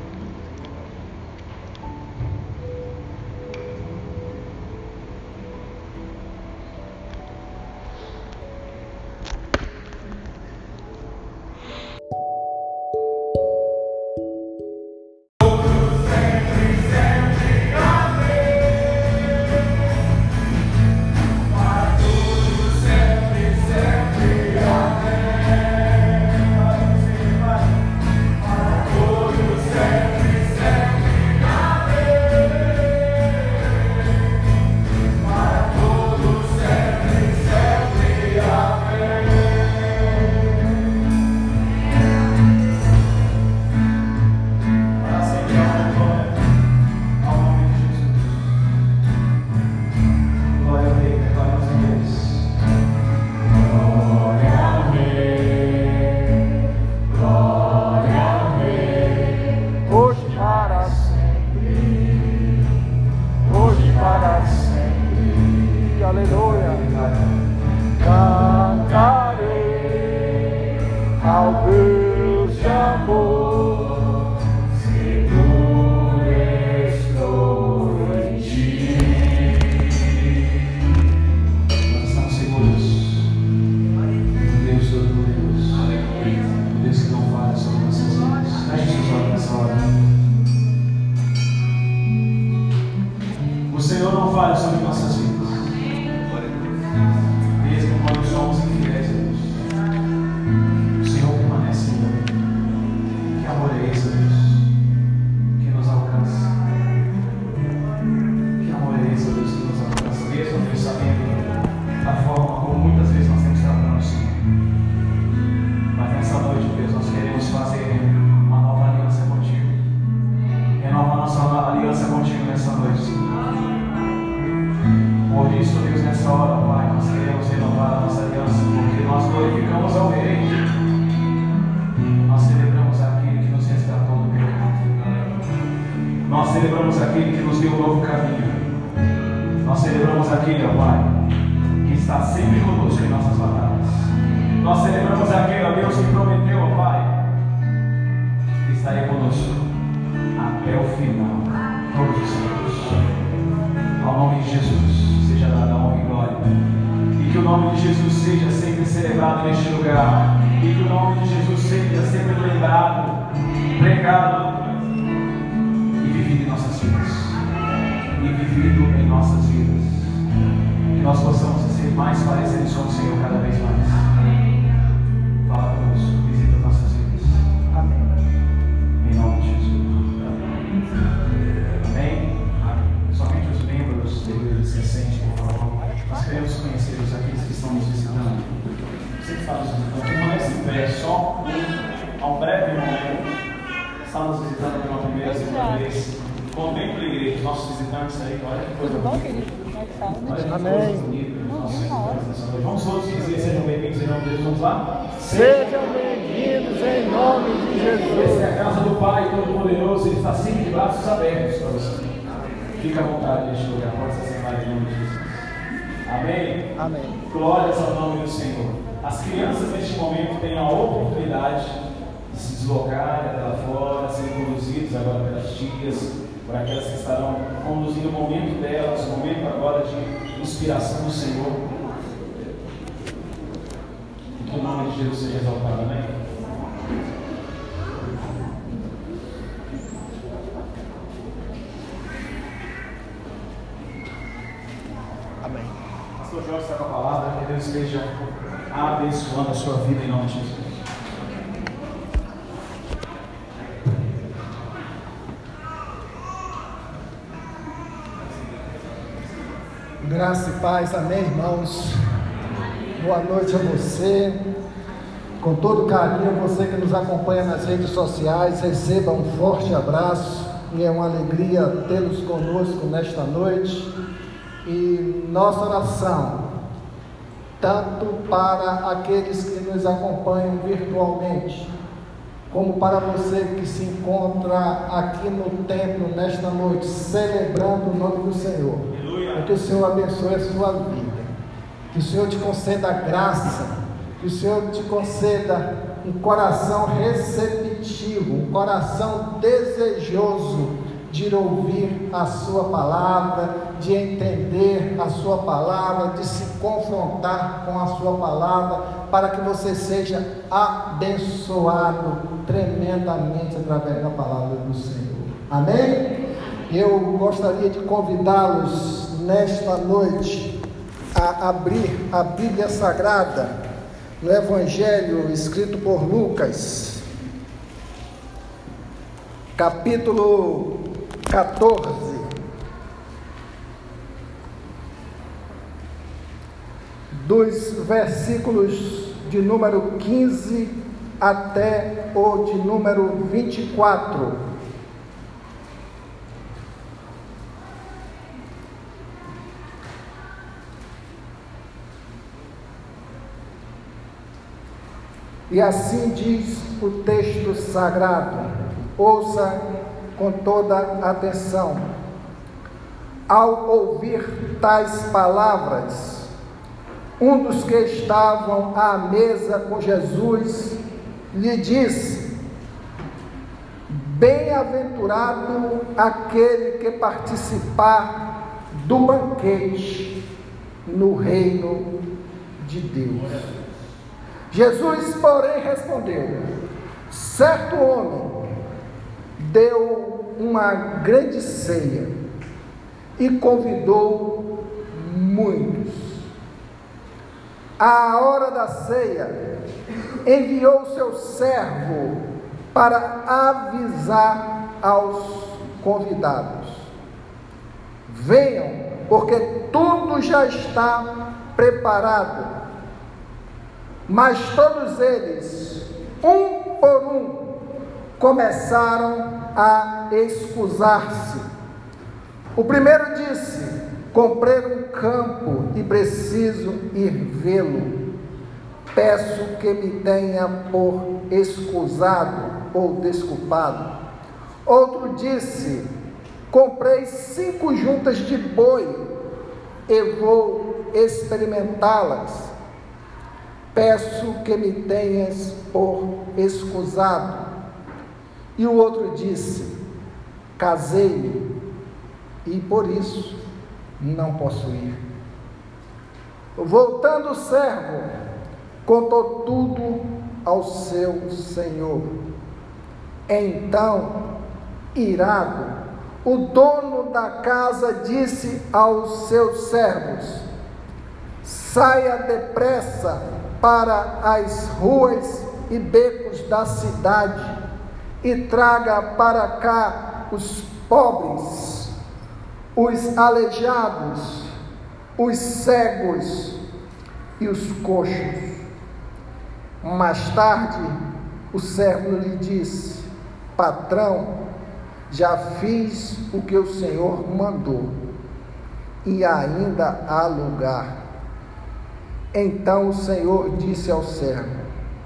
Fica à vontade neste lugar, pode se sentar em nome de Jesus. Amém? Amém. Glórias ao nome do Senhor. As crianças neste momento têm a oportunidade de se deslocar até lá fora, serem conduzidos agora pelas tias, por aquelas que estarão conduzindo o momento delas, o momento agora de inspiração do Senhor. Que o nome de Jesus seja exaltado, amém? Amém. Pastor Jorge está com a palavra, que Deus esteja abençoando a sua vida em nome de Jesus. Graça e paz, amém, irmãos. Boa noite a você. Com todo carinho, você que nos acompanha nas redes sociais, receba um forte abraço e é uma alegria tê-los conosco nesta noite. E nossa oração, tanto para aqueles que nos acompanham virtualmente, como para você que se encontra aqui no templo nesta noite, celebrando o nome do Senhor. Que o Senhor abençoe a sua vida, que o Senhor te conceda graça, que o Senhor te conceda um coração receptivo, um coração desejoso de ouvir a sua palavra, de entender a sua palavra, de se confrontar com a sua palavra, para que você seja abençoado tremendamente através da palavra do Senhor. Amém? Eu gostaria de convidá-los nesta noite a abrir a Bíblia Sagrada no Evangelho escrito por Lucas, capítulo catorze, dos versículos de número quinze até o de número vinte e quatro. E assim diz o texto sagrado, ouça com toda atenção. Ao ouvir tais palavras, um dos que estavam à mesa com Jesus lhe disse: bem-aventurado aquele que participar do banquete no reino de Deus. Jesus, porém, respondeu: certo homem deu uma grande ceia e convidou muitos. À hora da ceia, enviou seu servo para avisar aos convidados: venham, porque tudo já está preparado. Mas todos eles, um por um, começaram a excusar-se. O primeiro disse: comprei um campo e preciso ir vê-lo. Peço que me tenha por excusado ou desculpado. Outro disse: comprei cinco juntas de boi e vou experimentá-las. Peço que me tenhas por excusado. E o outro disse: casei-me e por isso não posso ir. Voltando o servo, contou tudo ao seu senhor. Então, irado, o dono da casa disse aos seus servos: saia depressa para as ruas e becos da cidade e traga para cá os pobres, os aleijados, os cegos e os coxos. Mais tarde, o servo lhe disse: patrão, já fiz o que o Senhor mandou e ainda há lugar. Então o Senhor disse ao servo: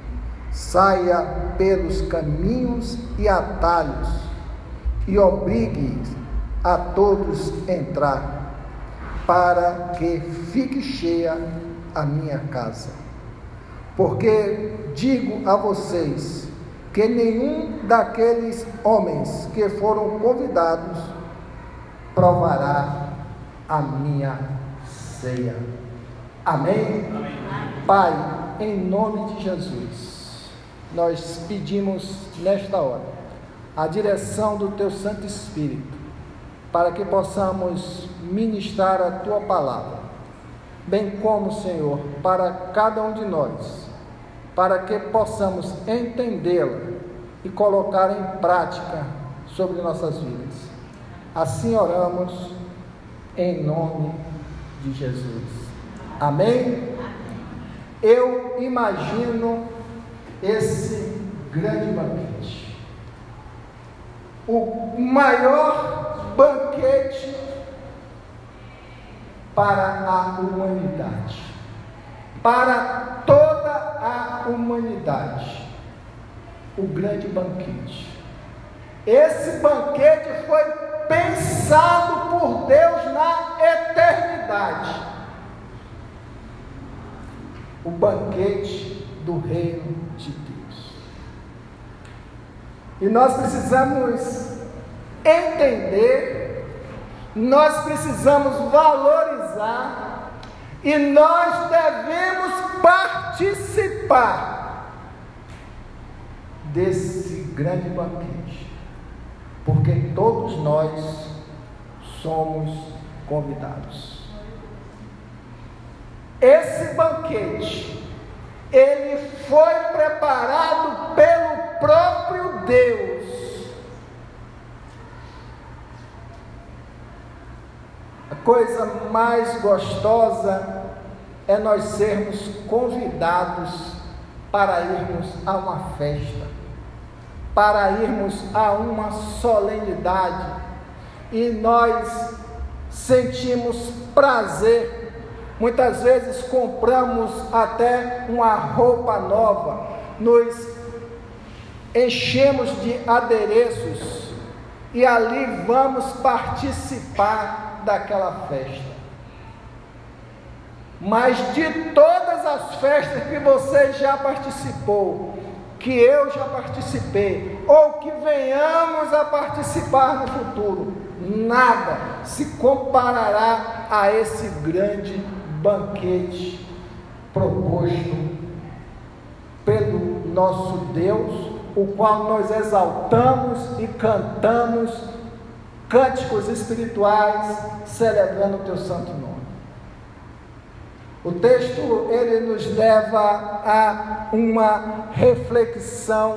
saia pelos caminhos e atalhos e obrigue a todos entrar, para que fique cheia a minha casa. Porque digo a vocês que nenhum daqueles homens que foram convidados provará a minha ceia. Amém? Amém? Pai, em nome de Jesus, nós pedimos nesta hora a direção do Teu Santo Espírito, para que possamos ministrar a Tua palavra bem como, Senhor, para cada um de nós, para que possamos entendê-la e colocar em prática sobre nossas vidas. Assim oramos em nome de Jesus. Amém? Eu imagino esse grande banquete, o maior banquete para a humanidade, para toda a humanidade, o grande banquete. Esse banquete foi pensado por Deus na eternidade, o banquete do reino de Deus. E nós precisamos entender, nós precisamos valorizar e nós devemos participar desse grande banquete, porque todos nós somos convidados. Esse banquete, ele foi preparado pelo próprio Deus. A coisa mais gostosa é nós sermos convidados para irmos a uma festa, para irmos a uma solenidade, e nós sentimos prazer. Muitas vezes compramos até uma roupa nova, nos enchemos de adereços e ali vamos participar daquela festa. Mas de todas as festas que você já participou, que eu já participei, ou que venhamos a participar no futuro, nada se comparará a esse grande banquete proposto pelo nosso Deus, o qual nós exaltamos e cantamos cânticos espirituais, celebrando o teu santo nome. O texto, ele nos leva a uma reflexão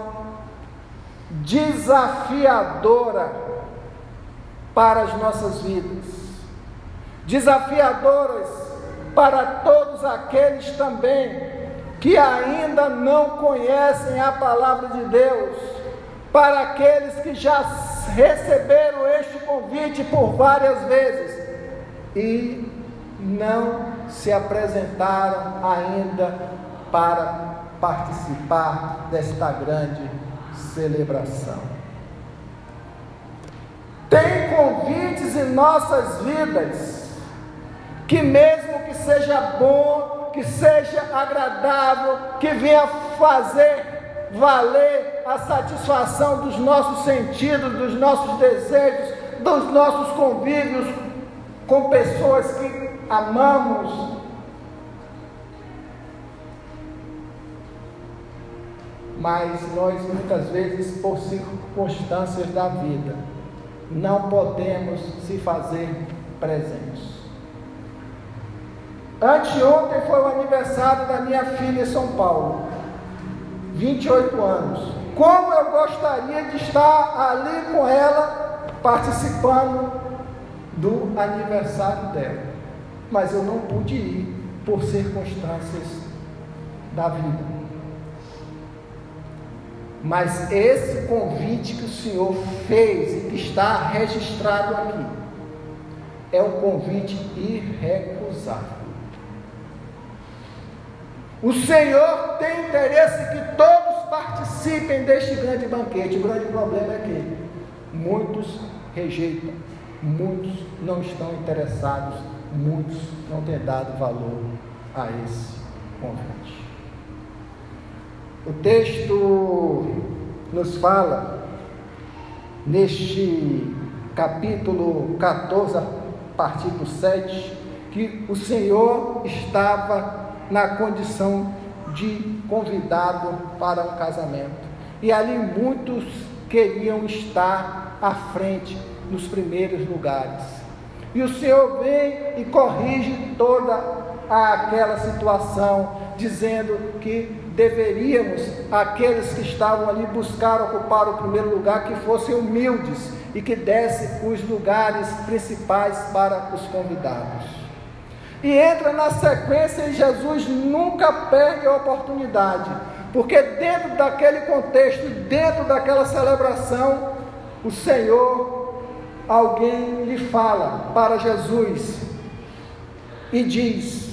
desafiadora para as nossas vidas, desafiadoras para todos aqueles também que ainda não conhecem a palavra de Deus, para aqueles que já receberam este convite por várias vezes e não se apresentaram ainda para participar desta grande celebração. Tem convites em nossas vidas que, mesmo que seja bom, que seja agradável, que venha fazer valer a satisfação dos nossos sentidos, dos nossos desejos, dos nossos convívios com pessoas que amamos, mas nós muitas vezes, por circunstâncias da vida, não podemos se fazer presentes. Anteontem foi o aniversário da minha filha em São Paulo, vinte e oito anos. Como eu gostaria de estar ali com ela, participando do aniversário dela, mas eu não pude ir por circunstâncias da vida. Mas esse convite que o Senhor fez e que está registrado aqui é um convite irrecusável. O Senhor tem interesse que todos participem deste grande banquete. O grande problema é que muitos rejeitam, muitos não estão interessados, muitos não têm dado valor a esse convite. O texto nos fala, neste capítulo catorze, a partir do sete, que o Senhor estava na condição de convidado para um casamento, e ali muitos queriam estar à frente, nos primeiros lugares, e o Senhor vem e corrige toda àquela situação, dizendo que deveríamos, aqueles que estavam ali, buscar ocupar o primeiro lugar, que fossem humildes e que dessem os lugares principais para os convidados. E entra na sequência, e Jesus nunca perde a oportunidade, porque dentro daquele contexto, dentro daquela celebração, o Senhor, alguém lhe fala para Jesus e diz: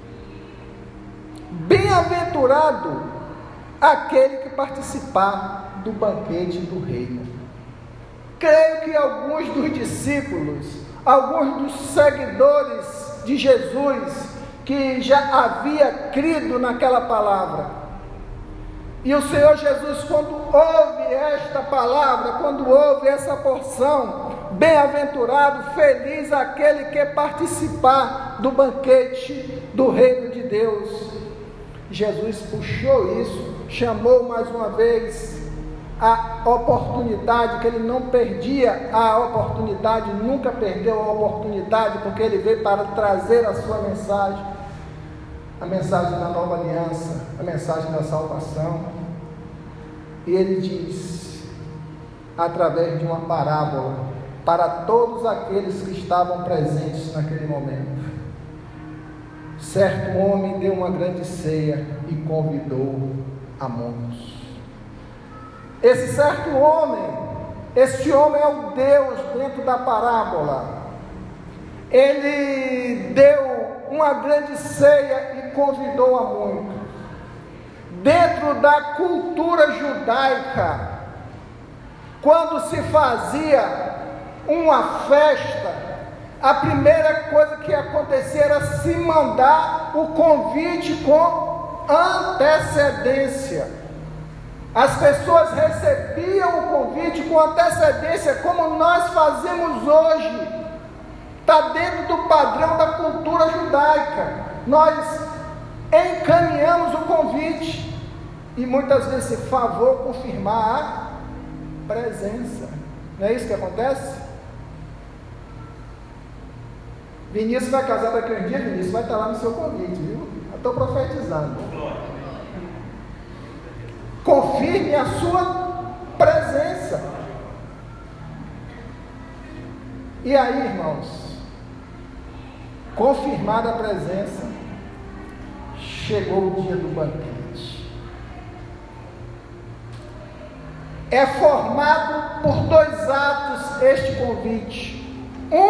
bem-aventurado aquele que participar do banquete do reino. Creio que alguns dos discípulos, alguns dos seguidores de Jesus, que já havia crido naquela palavra, e o Senhor Jesus, quando ouve esta palavra, quando ouve essa porção, bem-aventurado, feliz aquele que participar do banquete do reino de Deus, Jesus puxou isso, chamou mais uma vez a oportunidade, que ele não perdia a oportunidade, nunca perdeu a oportunidade, porque ele veio para trazer a sua mensagem, a mensagem da nova aliança, a mensagem da salvação. E ele diz, através de uma parábola, para todos aqueles que estavam presentes naquele momento: certo homem deu uma grande ceia e convidou a muitos. Esse certo homem, este homem é o Deus dentro da parábola. Ele deu uma grande ceia e convidou a muitos. Dentro da cultura judaica, quando se fazia uma festa, a primeira coisa que acontecia era se mandar o convite com antecedência. As pessoas recebiam o convite com antecedência, como nós fazemos hoje. Está dentro do padrão da cultura judaica. Nós encaminhamos o convite e muitas vezes se favor confirmar a presença. Não é isso que acontece? Vinícius vai casar daqui a um dia, Vinícius vai estar lá no seu convite, viu? Eu estou profetizando. Confirme a sua presença. E aí, irmãos, confirmada a presença, chegou o dia do banquete. É formado por dois atos este convite.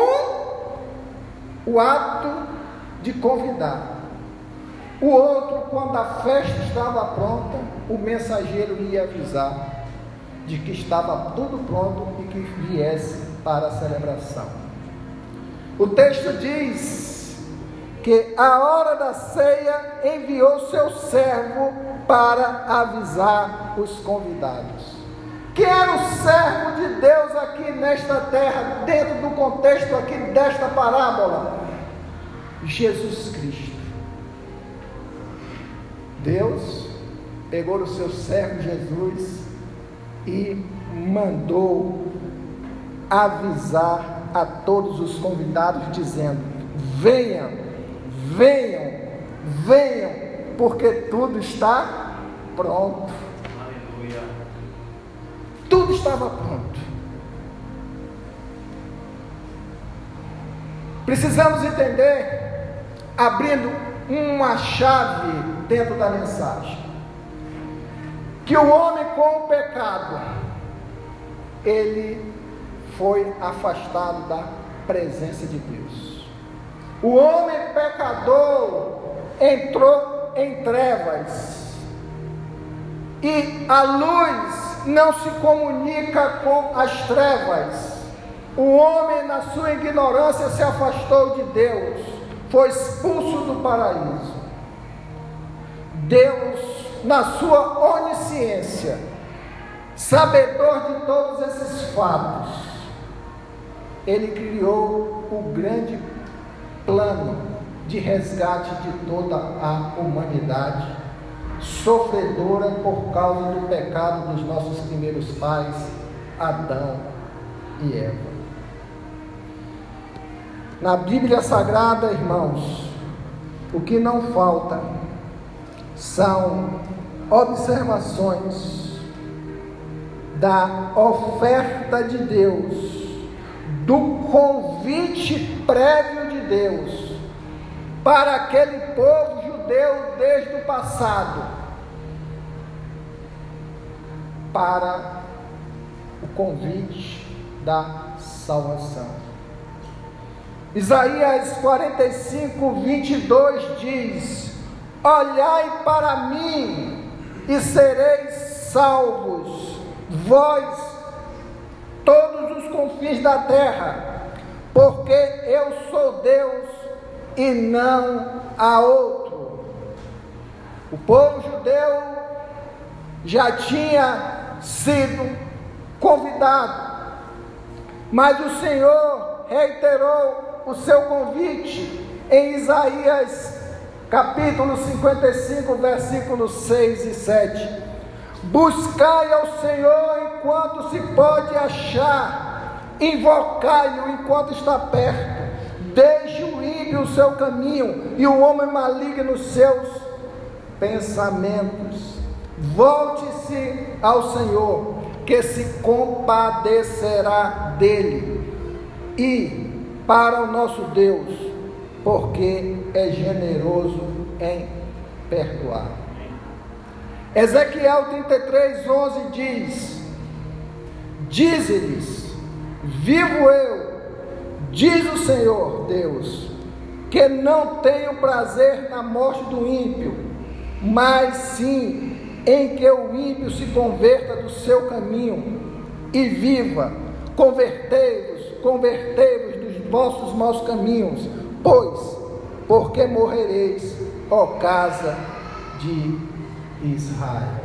Um, o ato de convidar. O outro, quando a festa estava pronta, o mensageiro ia avisar de que estava tudo pronto e que viesse para a celebração. O texto diz que a hora da ceia enviou seu servo para avisar os convidados. Quem era o servo de Deus aqui nesta terra, dentro do contexto aqui desta parábola? Jesus Cristo. Deus pegou o seu servo Jesus e mandou avisar a todos os convidados, dizendo: venham, venham, venham, porque tudo está pronto. Aleluia. Tudo estava pronto. Precisamos entender, abrindo uma chave dentro da mensagem, que o homem com o pecado, ele foi afastado da presença de Deus. O homem pecador entrou em trevas, e a luz não se comunica com as trevas. O homem, na sua ignorância, se afastou de Deus, foi expulso do paraíso. Deus, na sua onisciência, sabedor de todos esses fatos, ele criou o grande plano de resgate de toda a humanidade, sofredora por causa do pecado dos nossos primeiros pais, Adão e Eva. Na Bíblia Sagrada, irmãos, o que não falta são observações da oferta de Deus, do convite prévio de Deus para aquele povo judeu desde o passado, para o convite da salvação. Isaías quarenta e cinco, vinte e dois diz: olhai para mim e sereis salvos, vós, todos os confins da terra, porque eu sou Deus e não há outro. O povo judeu já tinha sido convidado, mas o Senhor reiterou o seu convite em Isaías capítulo cinquenta e cinco, versículos seis e sete. Buscai ao Senhor enquanto se pode achar, invocai-o enquanto está perto. Deixe o ímpio o seu caminho e o homem maligno os seus pensamentos. Volte-se ao Senhor, que se compadecerá dele, e para o nosso Deus, porque é generoso em perdoar. Ezequiel trinta e três, onze diz: dize-lhes, vivo eu, diz o Senhor Deus, que não tenho prazer na morte do ímpio, mas sim em que o ímpio se converta do seu caminho e viva. Convertei-vos, convertei-vos dos vossos maus caminhos, pois, porque morrereis, ó casa de Israel.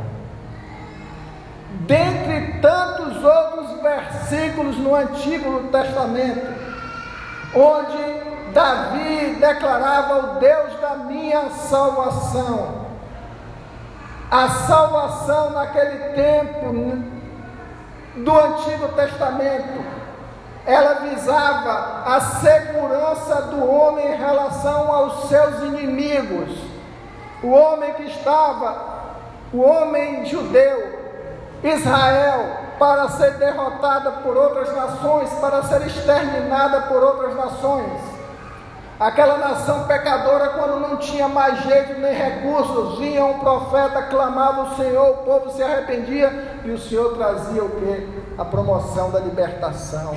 Dentre tantos outros versículos no Antigo Testamento, onde Davi declarava: o Deus da minha salvação. A salvação naquele tempo do Antigo Testamento, ela visava a segurança do homem em relação aos seus inimigos. O homem que estava, o homem judeu, Israel, para ser derrotada por outras nações, para ser exterminada por outras nações. Aquela nação pecadora, quando não tinha mais jeito nem recursos, vinha um profeta, clamava o Senhor, o povo se arrependia e o Senhor trazia o quê? A promoção da libertação.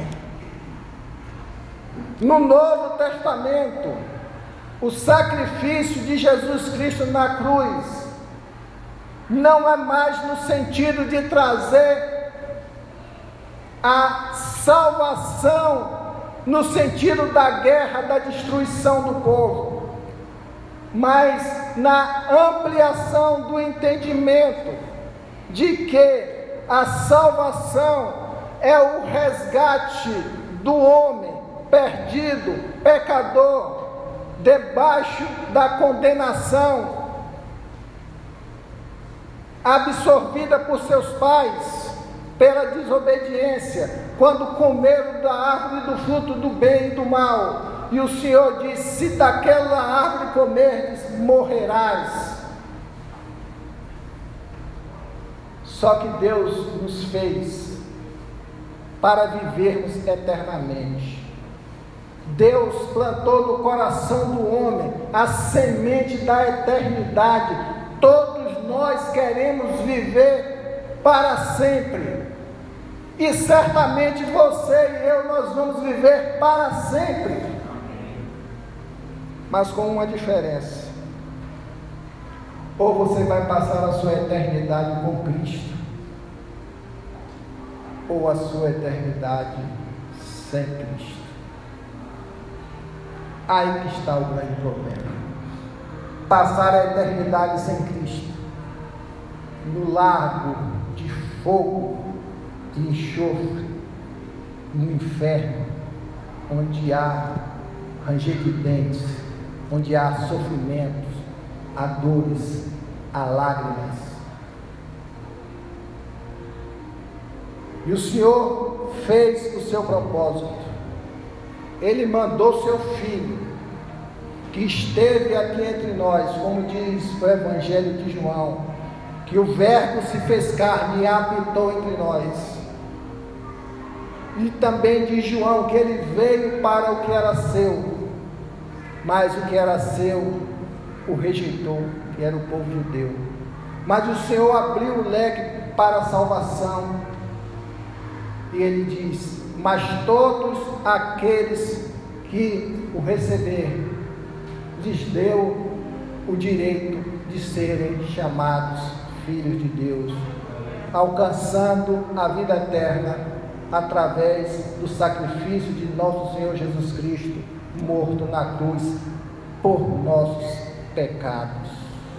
No Novo Testamento, o sacrifício de Jesus Cristo na cruz não é mais no sentido de trazer a salvação no sentido da guerra, da destruição do povo, mas na ampliação do entendimento de que a salvação é o resgate do homem perdido, pecador, debaixo da condenação, absorvida por seus pais pela desobediência, quando comeram da árvore do fruto do bem e do mal. E o Senhor diz: se daquela árvore comerdes, morrerás. Só que Deus nos fez para vivermos eternamente. Deus plantou no coração do homem a semente da eternidade. Todos nós queremos viver para sempre. E certamente você e eu, nós vamos viver para sempre. Mas com uma diferença: ou você vai passar a sua eternidade com Cristo, ou a sua eternidade sem Cristo. Aí que está o grande problema. Passar a eternidade sem Cristo, no lago de fogo, de enxofre, no inferno, onde há ranger de dentes, onde há sofrimentos, há dores, há lágrimas. E o Senhor fez o seu propósito. Ele mandou seu Filho, que esteve aqui entre nós, como diz o Evangelho de João, que o Verbo se fez carne e habitou entre nós. E também diz João que ele veio para o que era seu, mas o que era seu o rejeitou, que era o povo judeu. Mas o Senhor abriu o leque para a salvação, e ele diz: mas todos aqueles que o receberam, lhes deu o direito de serem chamados filhos de Deus, alcançando a vida eterna através do sacrifício de nosso Senhor Jesus Cristo, morto na cruz por nossos pecados.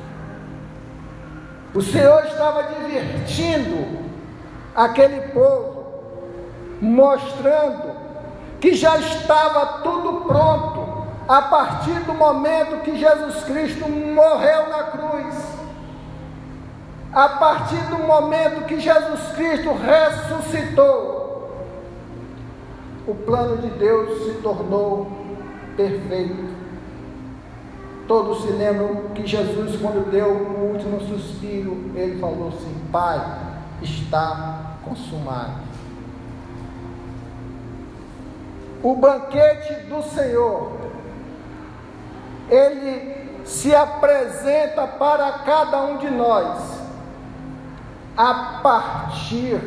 O Senhor estava divertindo aquele povo, mostrando que já estava tudo pronto a partir do momento que Jesus Cristo morreu na cruz. A partir do momento que Jesus Cristo ressuscitou, o plano de Deus se tornou perfeito. Todos se lembram que Jesus, quando deu o último suspiro, ele falou assim: Pai, está consumado. O banquete do Senhor, ele se apresenta para cada um de nós a partir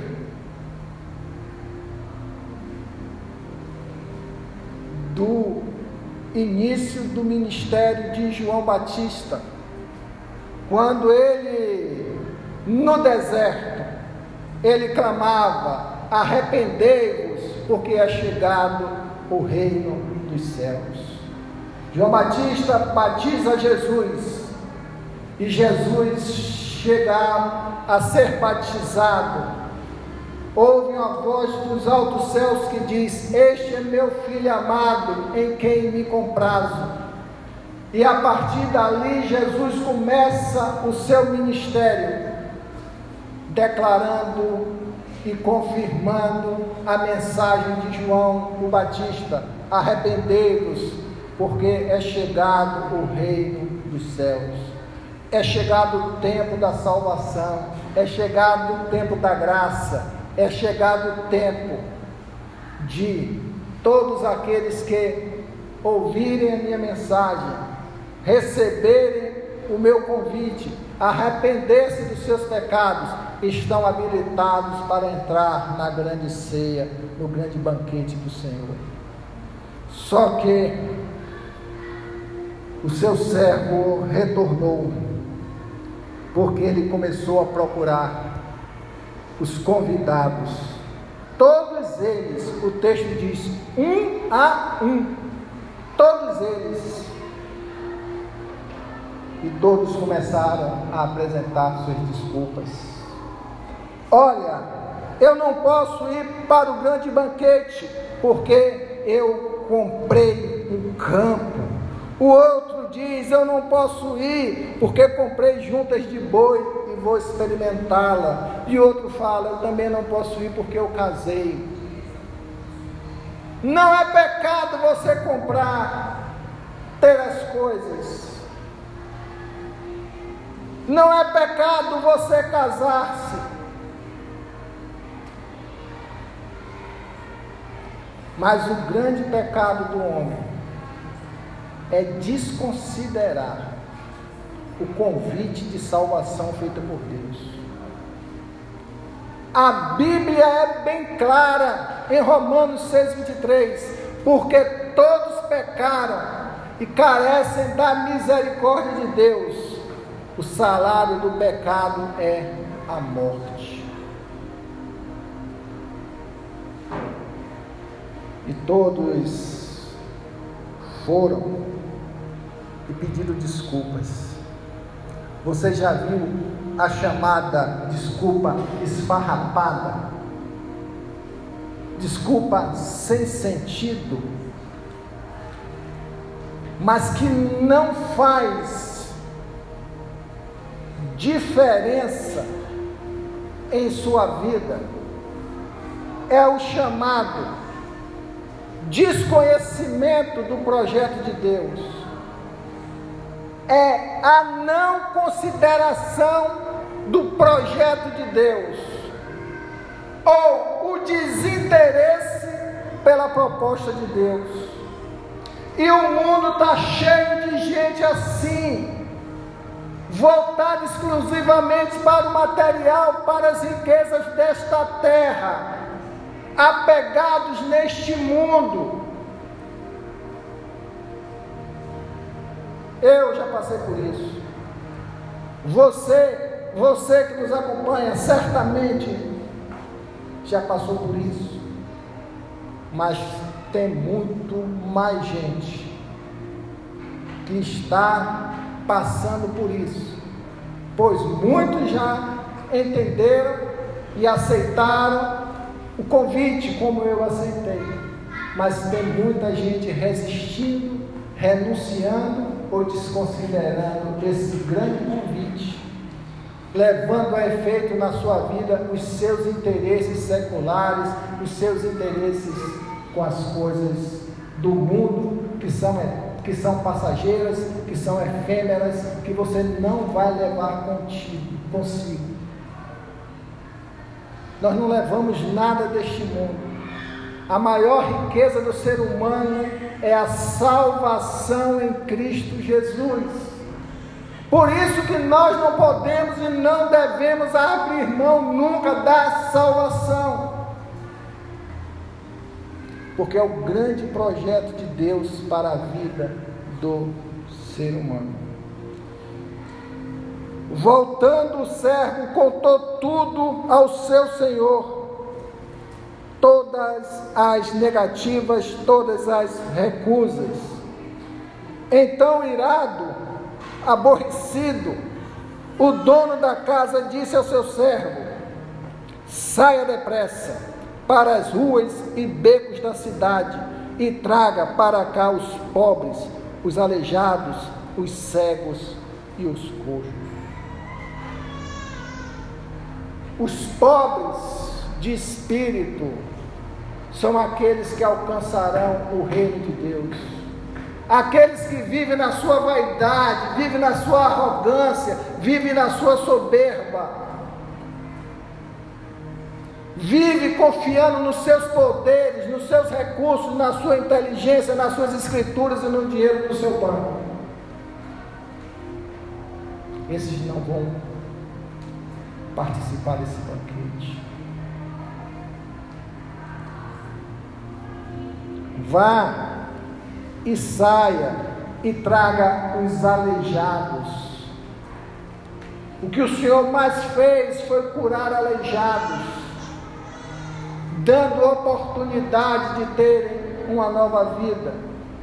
do início do ministério de João Batista, quando ele, no deserto, ele clamava: arrependei-vos, porque é chegado o reino dos céus. João Batista batiza Jesus, e Jesus chegar a ser batizado, ouve uma voz dos altos céus que diz: este é meu filho amado, em quem me comprazo. E a partir dali Jesus começa o seu ministério, declarando e confirmando a mensagem de João o Batista: arrependei-vos, porque é chegado o reino dos céus. É chegado o tempo da salvação, é chegado o tempo da graça, é chegado o tempo de todos aqueles que ouvirem a minha mensagem, receberem o meu convite, arrepender-se dos seus pecados, estão habilitados para entrar na grande ceia, no grande banquete do Senhor. Só que o seu servo retornou, porque ele começou a procurar os convidados, todos eles, o texto diz, um a um, todos eles, e todos começaram a apresentar suas desculpas. Olha, eu não posso ir para o grande banquete, porque eu comprei um campo. O outro diz: eu não posso ir, porque comprei juntas de boi e vou experimentá-la. E outro fala: eu também não posso ir, porque eu casei. Não é pecado você comprar, ter as coisas. Não é pecado você casar-se. Mas o grande pecado do homem é desconsiderar o convite de salvação feito por Deus. A Bíblia é bem clara em Romanos seis, vinte e três, porque todos pecaram e carecem da misericórdia de Deus. O salário do pecado é a morte. E todos foram e pediram desculpas. Você já viu a chamada desculpa esfarrapada? Desculpa sem sentido, mas que não faz diferença em sua vida. É o chamado desconhecimento do projeto de Deus. é a não consideração do projeto de Deus, ou o desinteresse pela proposta de Deus. E o mundo está cheio de gente assim, voltada exclusivamente para o material, para as riquezas desta terra, apegados neste mundo. Eu já passei por isso. Você, você que nos acompanha, certamente já passou por isso. Mas tem muito mais gente que está passando por isso, pois muitos já entenderam e aceitaram o convite, como eu aceitei, mas tem muita gente resistindo, renunciando ou desconsiderando esse grande convite, levando a efeito na sua vida os seus interesses seculares, os seus interesses com as coisas do mundo, que são, que são passageiras, que são efêmeras, que você não vai levar contigo, consigo. Nós não levamos nada deste mundo. A maior riqueza do ser humano é a salvação em Cristo Jesus. Por isso que nós não podemos e não devemos abrir mão nunca da salvação, porque é o grande projeto de Deus para a vida do ser humano. Voltando, o servo contou tudo ao seu senhor, todas as negativas, todas as recusas. Então, irado, aborrecido, o dono da casa disse ao seu servo: saia depressa para as ruas e becos da cidade e traga para cá os pobres, os aleijados, os cegos e os coxos. Os pobres de espírito são aqueles que alcançarão o reino de Deus. Aqueles que vivem na sua vaidade, vivem na sua arrogância, vivem na sua soberba, vive confiando nos seus poderes, nos seus recursos, na sua inteligência, nas suas escrituras e no dinheiro do seu banco. Esses não vão participar desse banquete. Vá e saia e traga os aleijados. O que o Senhor mais fez foi curar aleijados, dando oportunidade de terem uma nova vida.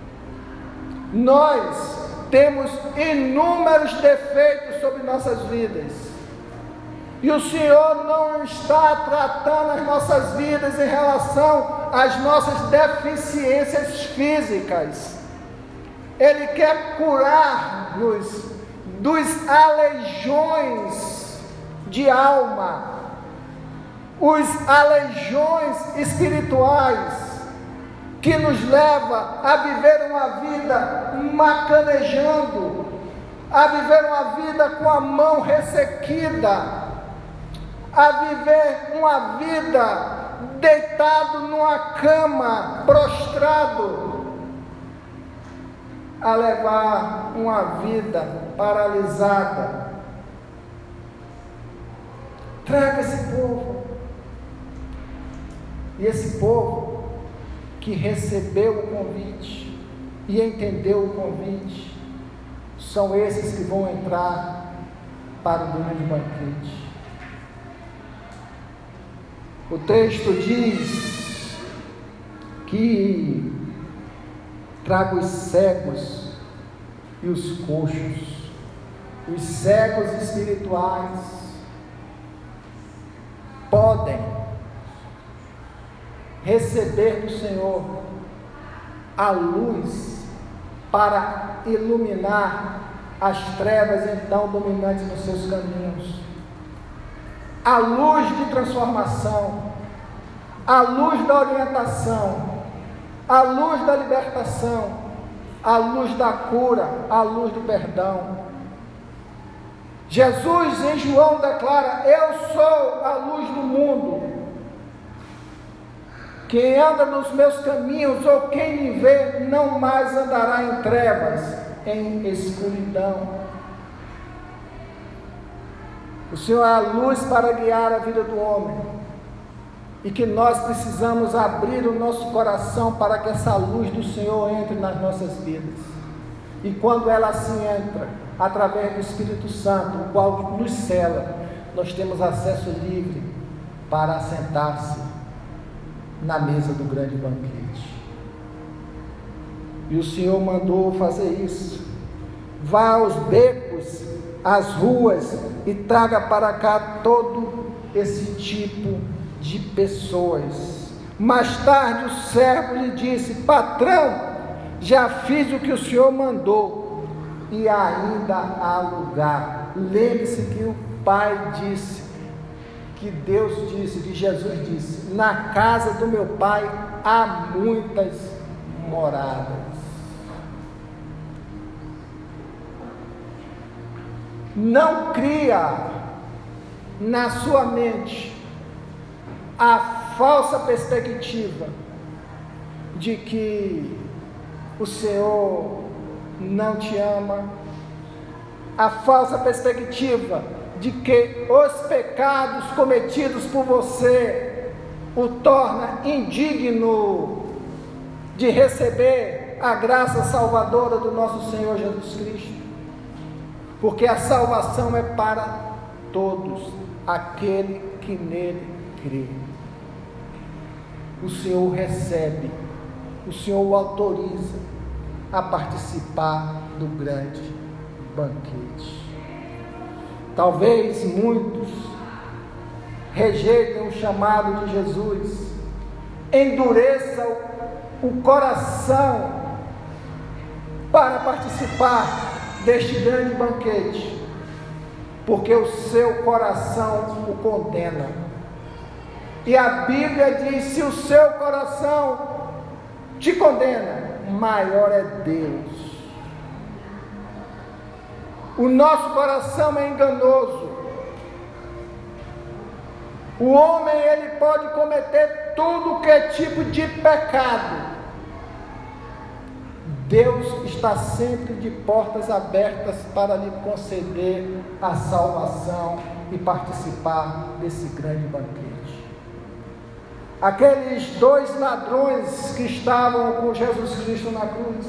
Nós temos inúmeros defeitos sobre nossas vidas, e o Senhor não está tratando as nossas vidas em relação às nossas deficiências físicas. Ele quer curar-nos dos aleijões de alma, os aleijões espirituais, que nos leva a viver uma vida macanejando, a viver uma vida com a mão ressequida, a viver uma vida deitado numa cama, prostrado, a levar uma vida paralisada. Traga esse povo. E esse povo que recebeu o convite e entendeu o convite, são esses que vão entrar para o grande banquete. O texto diz que traga os cegos e os coxos, os cegos espirituais podem receber do Senhor a luz para iluminar as trevas então dominantes nos seus caminhos, a luz de transformação, a luz da orientação, a luz da libertação, a luz da cura, a luz do perdão. Jesus em João declara: eu sou a luz do mundo. Quem anda nos meus caminhos, ou quem me vê, não mais andará em trevas, em escuridão. O Senhor é a luz para guiar a vida do homem, e que nós precisamos abrir o nosso coração para que essa luz do Senhor entre nas nossas vidas. E quando ela assim entra, através do Espírito Santo, o qual nos cela, nós temos acesso livre para assentar-se na mesa do grande banquete. E o Senhor mandou fazer isso. Vá aos becos, às ruas, e traga para cá todo esse tipo de pessoas. Mais tarde o servo lhe disse: patrão, já fiz o que o Senhor mandou, e ainda há lugar. Lembre-se que o Pai disse, que Deus disse, que Jesus disse: na casa do meu Pai há muitas moradas. Não cria na sua mente a falsa perspectiva de que o Senhor não te ama, a falsa perspectiva de que os pecados cometidos por você o torna indigno de receber a graça salvadora do nosso Senhor Jesus Cristo, porque a salvação é para todos, aquele que nele crê. O Senhor recebe, o Senhor o autoriza a participar do grande banquete. Talvez muitos rejeitem o chamado de Jesus, endureçam o coração para participar deste grande banquete, porque o seu coração o condena. E a Bíblia diz: se o seu coração te condena, maior é Deus. O nosso coração é enganoso. O homem, ele pode cometer tudo que é tipo de pecado. Deus está sempre de portas abertas para lhe conceder a salvação e participar desse grande banquete. Aqueles dois ladrões que estavam com Jesus Cristo na cruz,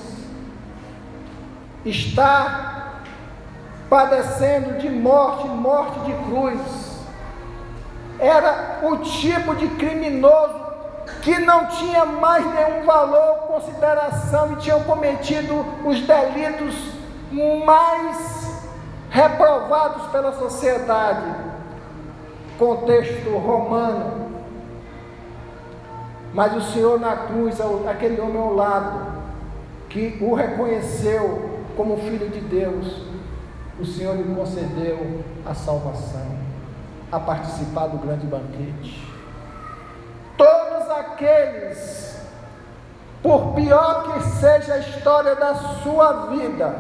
está padecendo de morte, morte de cruz. Era o tipo de criminoso que não tinha mais nenhum valor, consideração, e tinham cometido os delitos mais reprovados pela sociedade. Contexto romano. Mas o Senhor na cruz, aquele homem ao lado, que o reconheceu como filho de Deus, o Senhor lhe concedeu a salvação, a participar do grande banquete. Todos aqueles, por pior que seja a história da sua vida,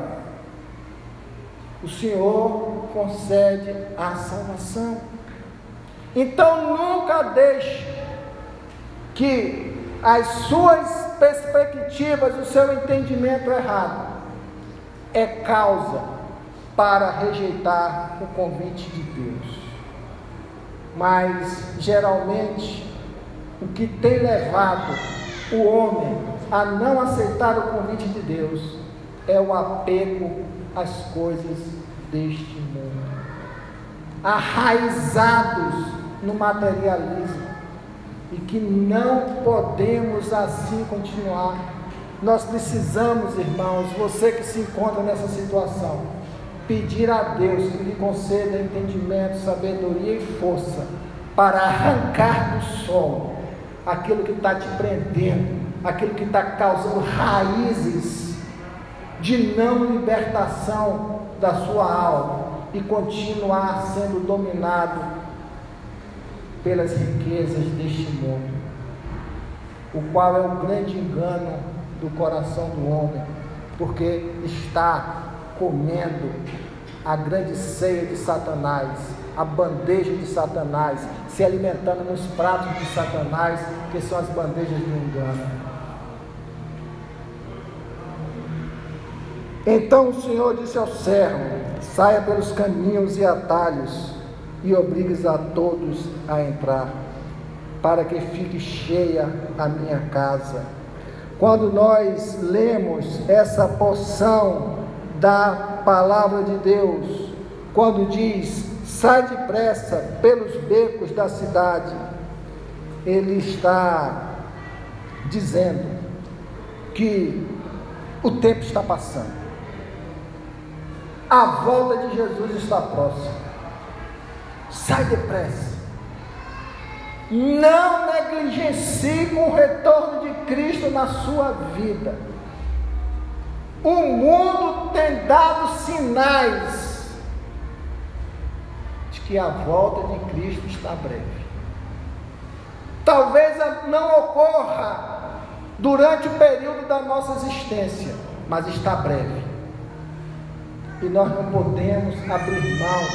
o Senhor concede a salvação. Então nunca deixe que as suas perspectivas, o seu entendimento errado, é causa para rejeitar o convite de Deus. Mas geralmente o que tem levado o homem a não aceitar o convite de Deus é o apego às coisas deste mundo, arraizados no materialismo, e que não podemos assim continuar. Nós precisamos, irmãos, você que se encontra nessa situação, pedir a Deus que lhe conceda entendimento, sabedoria e força para arrancar do solo aquilo que está te prendendo, aquilo que está causando raízes de não libertação da sua alma, e continuar sendo dominado pelas riquezas deste mundo, o qual é o grande engano do coração do homem, porque está comendo a grande ceia de Satanás, a bandeja de Satanás, se alimentando nos pratos de Satanás, que são as bandejas do engano. Então o Senhor disse ao servo: saia pelos caminhos e atalhos e obrigues a todos a entrar, para que fique cheia a minha casa. Quando nós lemos essa porção da palavra de Deus, quando diz: sai depressa pelos becos da cidade, ele está dizendo que o tempo está passando. A volta de Jesus está próxima. Sai depressa. Não negligencie com o retorno de Cristo na sua vida. O mundo tem dado sinais de que a volta de Cristo está breve. Talvez não ocorra durante o período da nossa existência, mas está breve. E nós não podemos abrir mão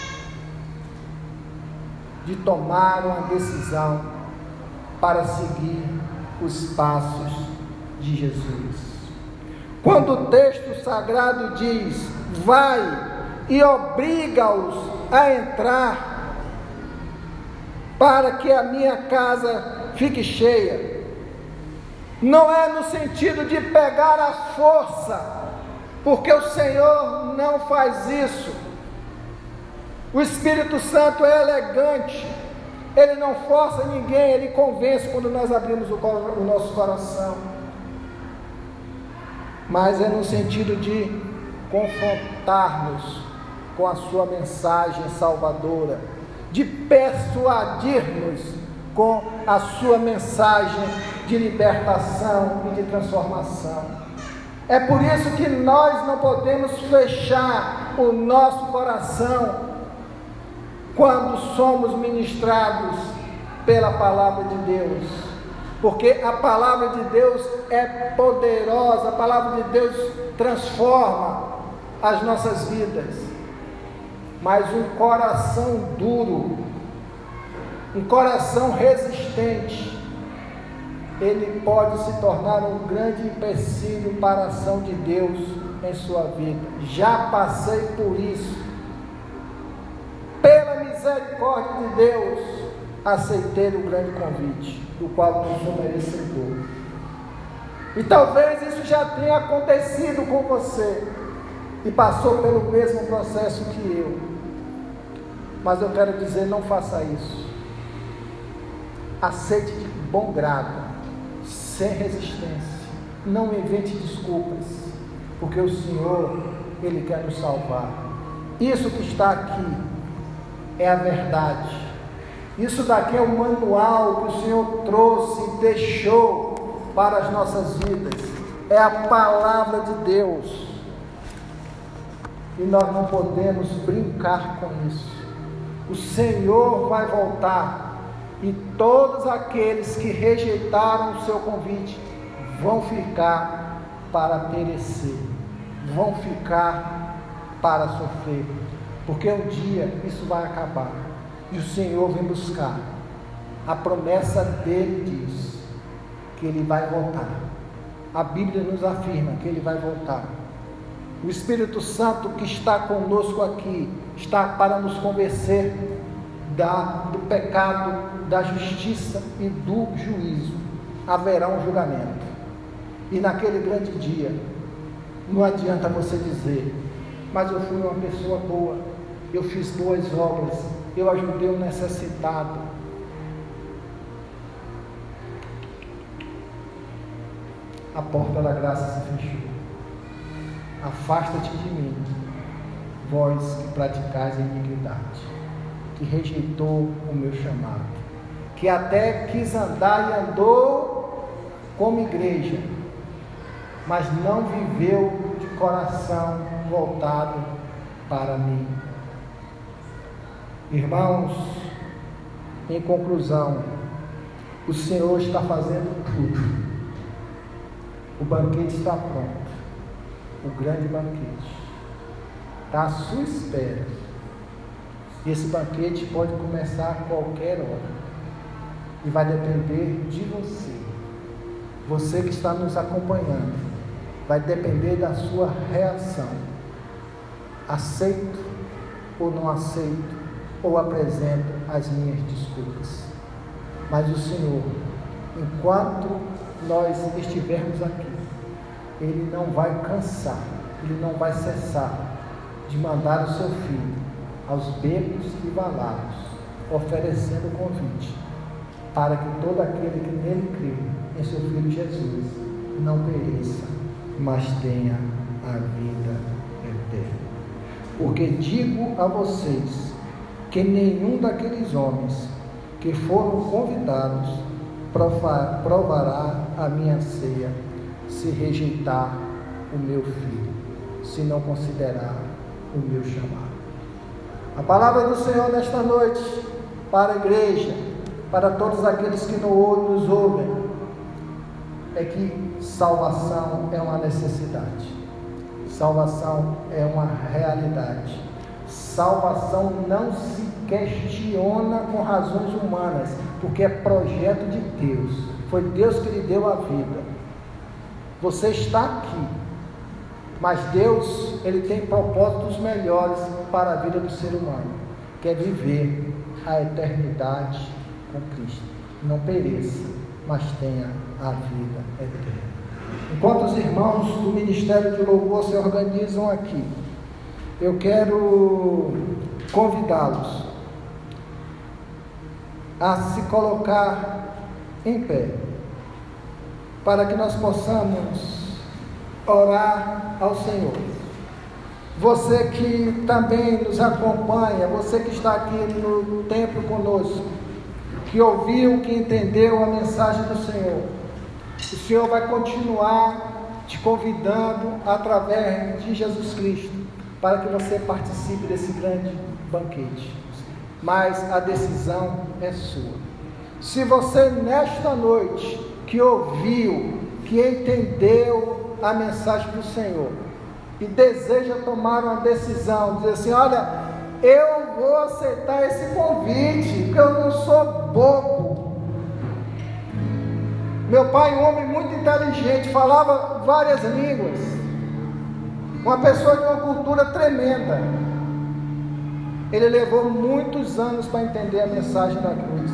de tomar uma decisão para seguir os passos de Jesus. Quando o texto sagrado diz: vai e obriga-os a entrar, para que a minha casa fique cheia, não é no sentido de pegar a força, porque o Senhor não faz isso. O Espírito Santo é elegante, ele não força ninguém, ele convence quando nós abrimos o, o nosso coração. Mas é no sentido de confrontar-nos com a sua mensagem salvadora, de persuadir-nos com a sua mensagem de libertação e de transformação. É por isso que nós não podemos fechar o nosso coração quando somos ministrados pela palavra de Deus, porque a palavra de Deus é poderosa, a palavra de Deus transforma as nossas vidas. Mas um coração duro, um coração resistente, ele pode se tornar um grande empecilho para a ação de Deus em sua vida. Já passei por isso. Pela misericórdia de Deus, aceitei o grande convite, do qual não sou merecedor. E talvez isso já tenha acontecido com você, e passou pelo mesmo processo que eu. Mas eu quero dizer, não faça isso. Aceite de bom grado, sem resistência. Não invente desculpas, porque o Senhor, Ele quer nos salvar. Isso que está aqui é a verdade. Isso daqui é o manual que o Senhor trouxe e deixou para as nossas vidas. É a palavra de Deus. E nós não podemos brincar com isso. O Senhor vai voltar. E todos aqueles que rejeitaram o seu convite vão ficar para perecer, vão ficar para sofrer, porque um dia isso vai acabar e o Senhor vem buscar. A promessa dele diz que ele vai voltar. A Bíblia nos afirma que ele vai voltar. O Espírito Santo que está conosco aqui está para nos convencer da, do pecado, da justiça e do juízo. Haverá um julgamento. E naquele grande dia, não adianta você dizer: mas eu fui uma pessoa boa, eu fiz boas obras, eu ajudei o necessitado. A porta da graça se fechou. Afasta-te de mim, vós que praticais a iniquidade, que rejeitou o meu chamado, que até quis andar e andou como igreja, mas não viveu de coração voltado para mim. Irmãos, em conclusão, o Senhor está fazendo tudo. O banquete está pronto. o grande banquete. Está à sua espera. E esse banquete pode começar a qualquer hora. E vai depender de você. Você que está nos acompanhando. Vai depender da sua reação. Aceito ou não aceito, ou apresento as minhas desculpas. Mas o Senhor, enquanto nós estivermos aqui, Ele não vai cansar, Ele não vai cessar de mandar o seu Filho aos becos e valados, oferecendo o convite, para que todo aquele que nele crê, em seu Filho Jesus, não pereça, mas tenha a vida eterna. Porque digo a vocês, que nenhum daqueles homens que foram convidados provará a minha ceia, se rejeitar o meu Filho, se não considerar o meu chamado. A palavra do Senhor nesta noite, para a igreja, para todos aqueles que nos ouvem, é que salvação é uma necessidade, salvação é uma realidade. Salvação não se questiona com razões humanas, porque é projeto de Deus. Foi Deus que lhe deu a vida. Você está aqui, mas Deus, Ele tem propósitos melhores para a vida do ser humano, que é viver a eternidade com Cristo. Não pereça, mas tenha a vida eterna. Enquanto os irmãos do Ministério de Louvor se organizam aqui, eu quero convidá-los a se colocar em pé, para que nós possamos orar ao Senhor. Você que também nos acompanha, você que está aqui no templo conosco, que ouviu, que entendeu a mensagem do Senhor, o Senhor vai continuar te convidando através de Jesus Cristo, para que você participe desse grande banquete. Mas a decisão é sua. Se você nesta noite que ouviu, que entendeu a mensagem do Senhor e deseja tomar uma decisão, dizer assim: olha, eu vou aceitar esse convite, porque eu não sou bobo. Meu pai, um homem muito inteligente, falava várias línguas, uma pessoa de uma cultura tremenda. Ele levou muitos anos para entender a mensagem da cruz.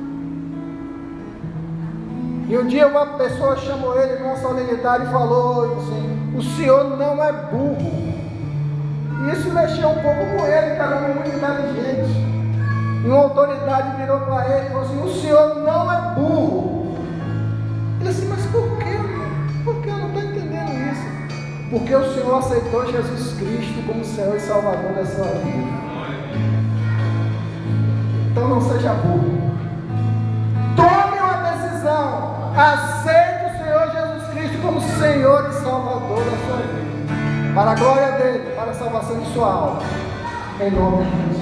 E um dia uma pessoa chamou ele numa solenidade e falou assim: o senhor não é burro. E isso mexeu um pouco com ele, que era um homem muito inteligente. E uma autoridade virou para ele e falou assim: o senhor não é burro. Ele disse: mas por quê? Por que eu não estou entendendo isso? Porque o Senhor aceitou Jesus Cristo como Senhor e Salvador da sua vida. Então não seja burro. Tome uma decisão. Aceite o Senhor Jesus Cristo como Senhor e Salvador da sua vida, para a glória dele, para a salvação de sua alma, em nome de Jesus.